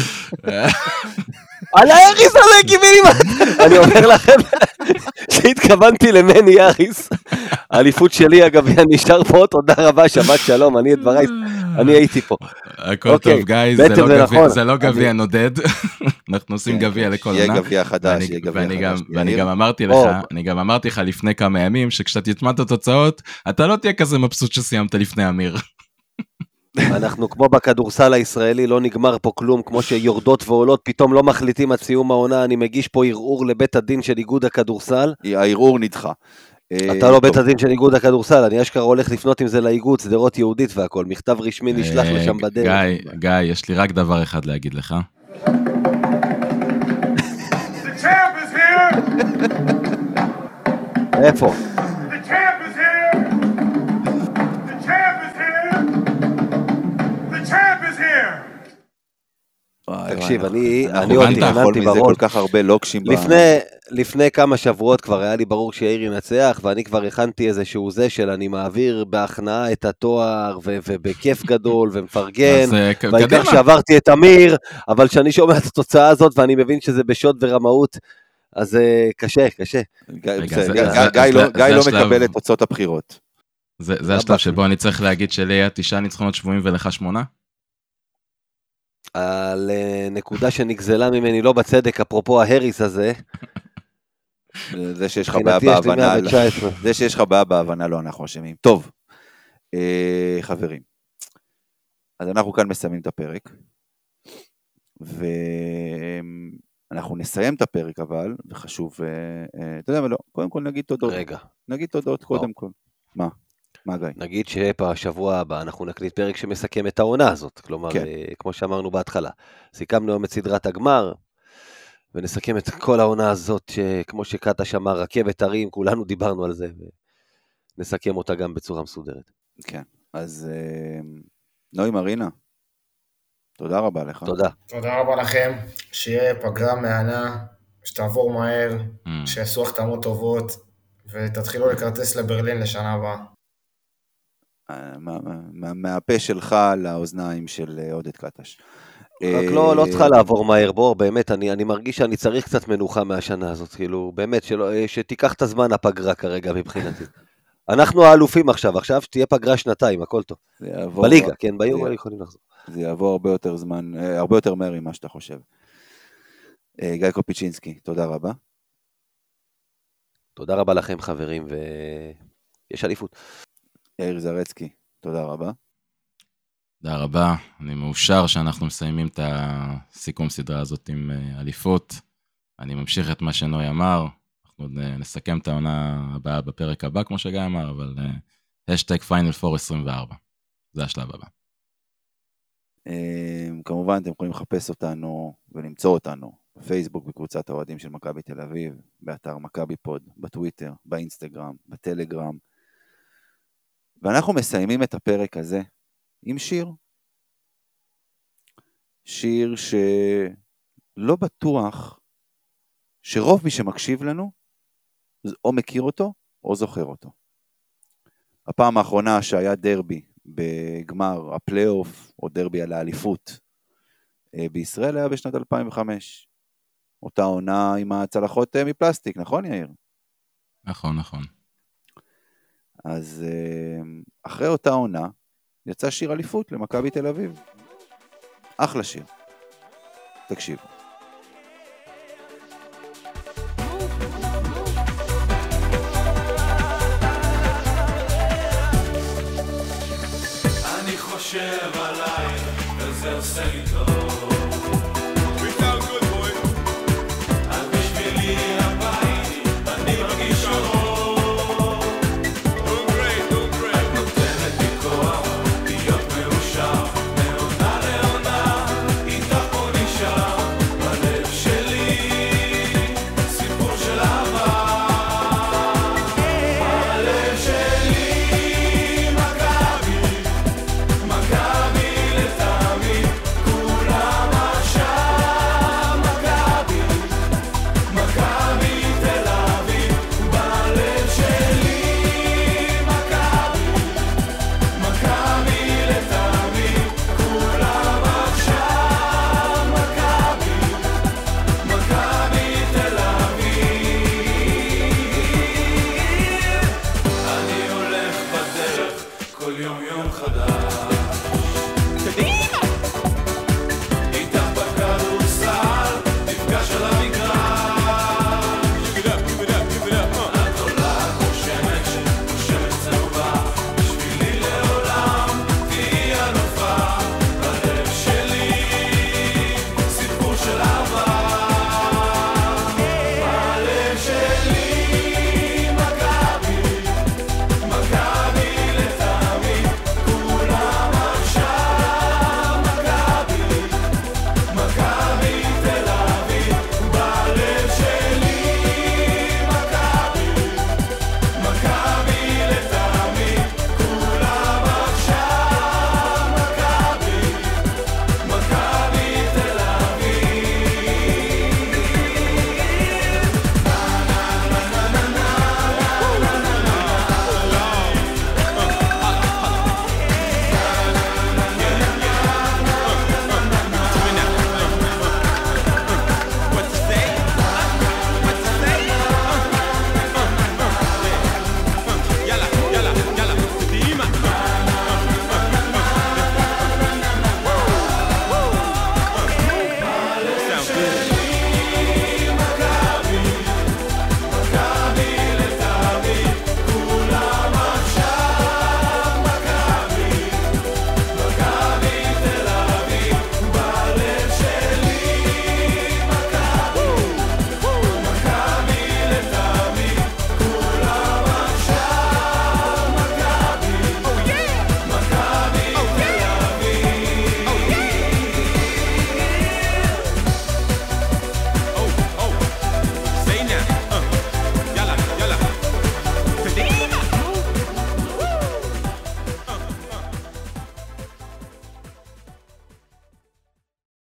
על האריס עלי קיבילים! אני אומר לכם שהתכוונתי למני אריס. האליפות שלי, אגב, נשאר פה, תודה רבה, שבת שלום, אני את דבריי, אני הייתי פה. הכל טוב, גיא, זה לא גביע נודד, אנחנו עושים גביע לכל עונה. יהיה גביע חדש, יהיה גביע חדש. ואני גם אמרתי לך, אני גם אמרתי לך לפני כמה ימים, שכשאתה תשמע את התוצאות, אתה לא תהיה כזה מבסוט שסיימת לפני אמיר. אנחנו כמו בכדורסל הישראלי, לא נגמר פה כלום, כמו שיורדות ועולות, פתאום לא מחליטים עד סיום העונה, אני מגיש פה ערעור לבית הדין של איגוד הכדורסל. הערעור נדחה. אתה לא בית הדין של איגוד הכדורסל, אני אשכרה הולך לפנות עם זה לאיגוד, סדרות יהודית והכל, מכתב רשמי נשלח לשם בדרך. גיא, גיא, יש לי רק דבר אחד להגיד לך. איפה? תקשיב, אני עוד תכננתי בראש. כל כך הרבה לוקשים. לפני כמה שבועות כבר היה לי ברור שיאיר ינצח, ואני כבר הכנתי איזשהו זה של אני מעביר בהכנעה את התואר, ובכיף גדול ומפרגן, והעיקר שעברתי את אמיר, אבל שאני שומע את התוצאה הזאת, ואני מבין שזה בשוד ורמאות, אז קשה, קשה. גיא לא מקבל את תוצאות הבחירות. זה השלב שבו אני צריך להגיד שלי היה תשעה ניצחונות שבועים ולך שמונה? על נקודה שנגזלה ממני לא בצדק, אפרופו ההריס הזה. זה שיש לך בעיה בהבנה, זה שיש לך בעיה בהבנה לא אנחנו אשמים. טוב, חברים, אז אנחנו כאן מסיימים את הפרק, ואנחנו נסיים את הפרק אבל, וחשוב, אתה יודע מה לא, קודם כל נגיד תודות. רגע. נגיד תודות קודם כל. מה? נגיד שבשבוע הבא אנחנו נקליט פרק שמסכם את העונה הזאת, כלומר, כן. כמו שאמרנו בהתחלה, סיכמנו היום את סדרת הגמר, ונסכם את כל העונה הזאת, שכמו שקטה שמע, רכבת הרים, כולנו דיברנו על זה, ונסכם אותה גם בצורה מסודרת. כן, אז נוי מרינה, תודה רבה לך. תודה. תודה רבה לכם, שיהיה פגרה מהנה, שתעבור מהר, mm. שיעשו החתמות טובות, ותתחילו לקרטס לברלין לשנה הבאה. מהפה שלך לאוזניים של עודד קטש. רק לא, לא צריכה לעבור מהר, בוא, באמת, אני, אני מרגיש שאני צריך קצת מנוחה מהשנה הזאת, כאילו, באמת, שלא, שתיקח את הזמן הפגרה כרגע מבחינתי. אנחנו האלופים עכשיו, עכשיו שתהיה פגרה שנתיים, הכל טוב. יעבור, בליגה, כן, ביום האלה יכולים לחזור. זה יעבור הרבה יותר זמן, הרבה יותר מהר ממה שאתה חושב. גיא קופיצ'ינסקי, תודה רבה. תודה רבה לכם חברים, ויש אליפות. יאיר זרצקי, תודה רבה. תודה רבה, אני מאושר שאנחנו מסיימים את הסיכום סדרה הזאת עם אליפות. אני ממשיך את מה שנוי אמר, אנחנו נסכם את העונה הבאה בפרק הבא, כמו שגיא אמר, אבל השטג פיינל פור עשרים וארבע, זה השלב הבא. כמובן, אתם יכולים לחפש אותנו ולמצוא אותנו בפייסבוק, בקבוצת האוהדים של מכבי תל אביב, באתר מכבי פוד, בטוויטר, באינסטגרם, בטלגרם, ואנחנו מסיימים את הפרק הזה עם שיר. שיר שלא בטוח שרוב מי שמקשיב לנו או מכיר אותו או זוכר אותו. הפעם האחרונה שהיה דרבי בגמר הפלייאוף או דרבי על האליפות בישראל היה בשנת אלפיים וחמש. אותה עונה עם הצלחות מפלסטיק, נכון יאיר? נכון, נכון. אז אחרי אותה עונה יצא שיר אליפות למכבי תל אביב. אחלה שיר. תקשיבו. אני חושב עליי וזה עושה לי טוב,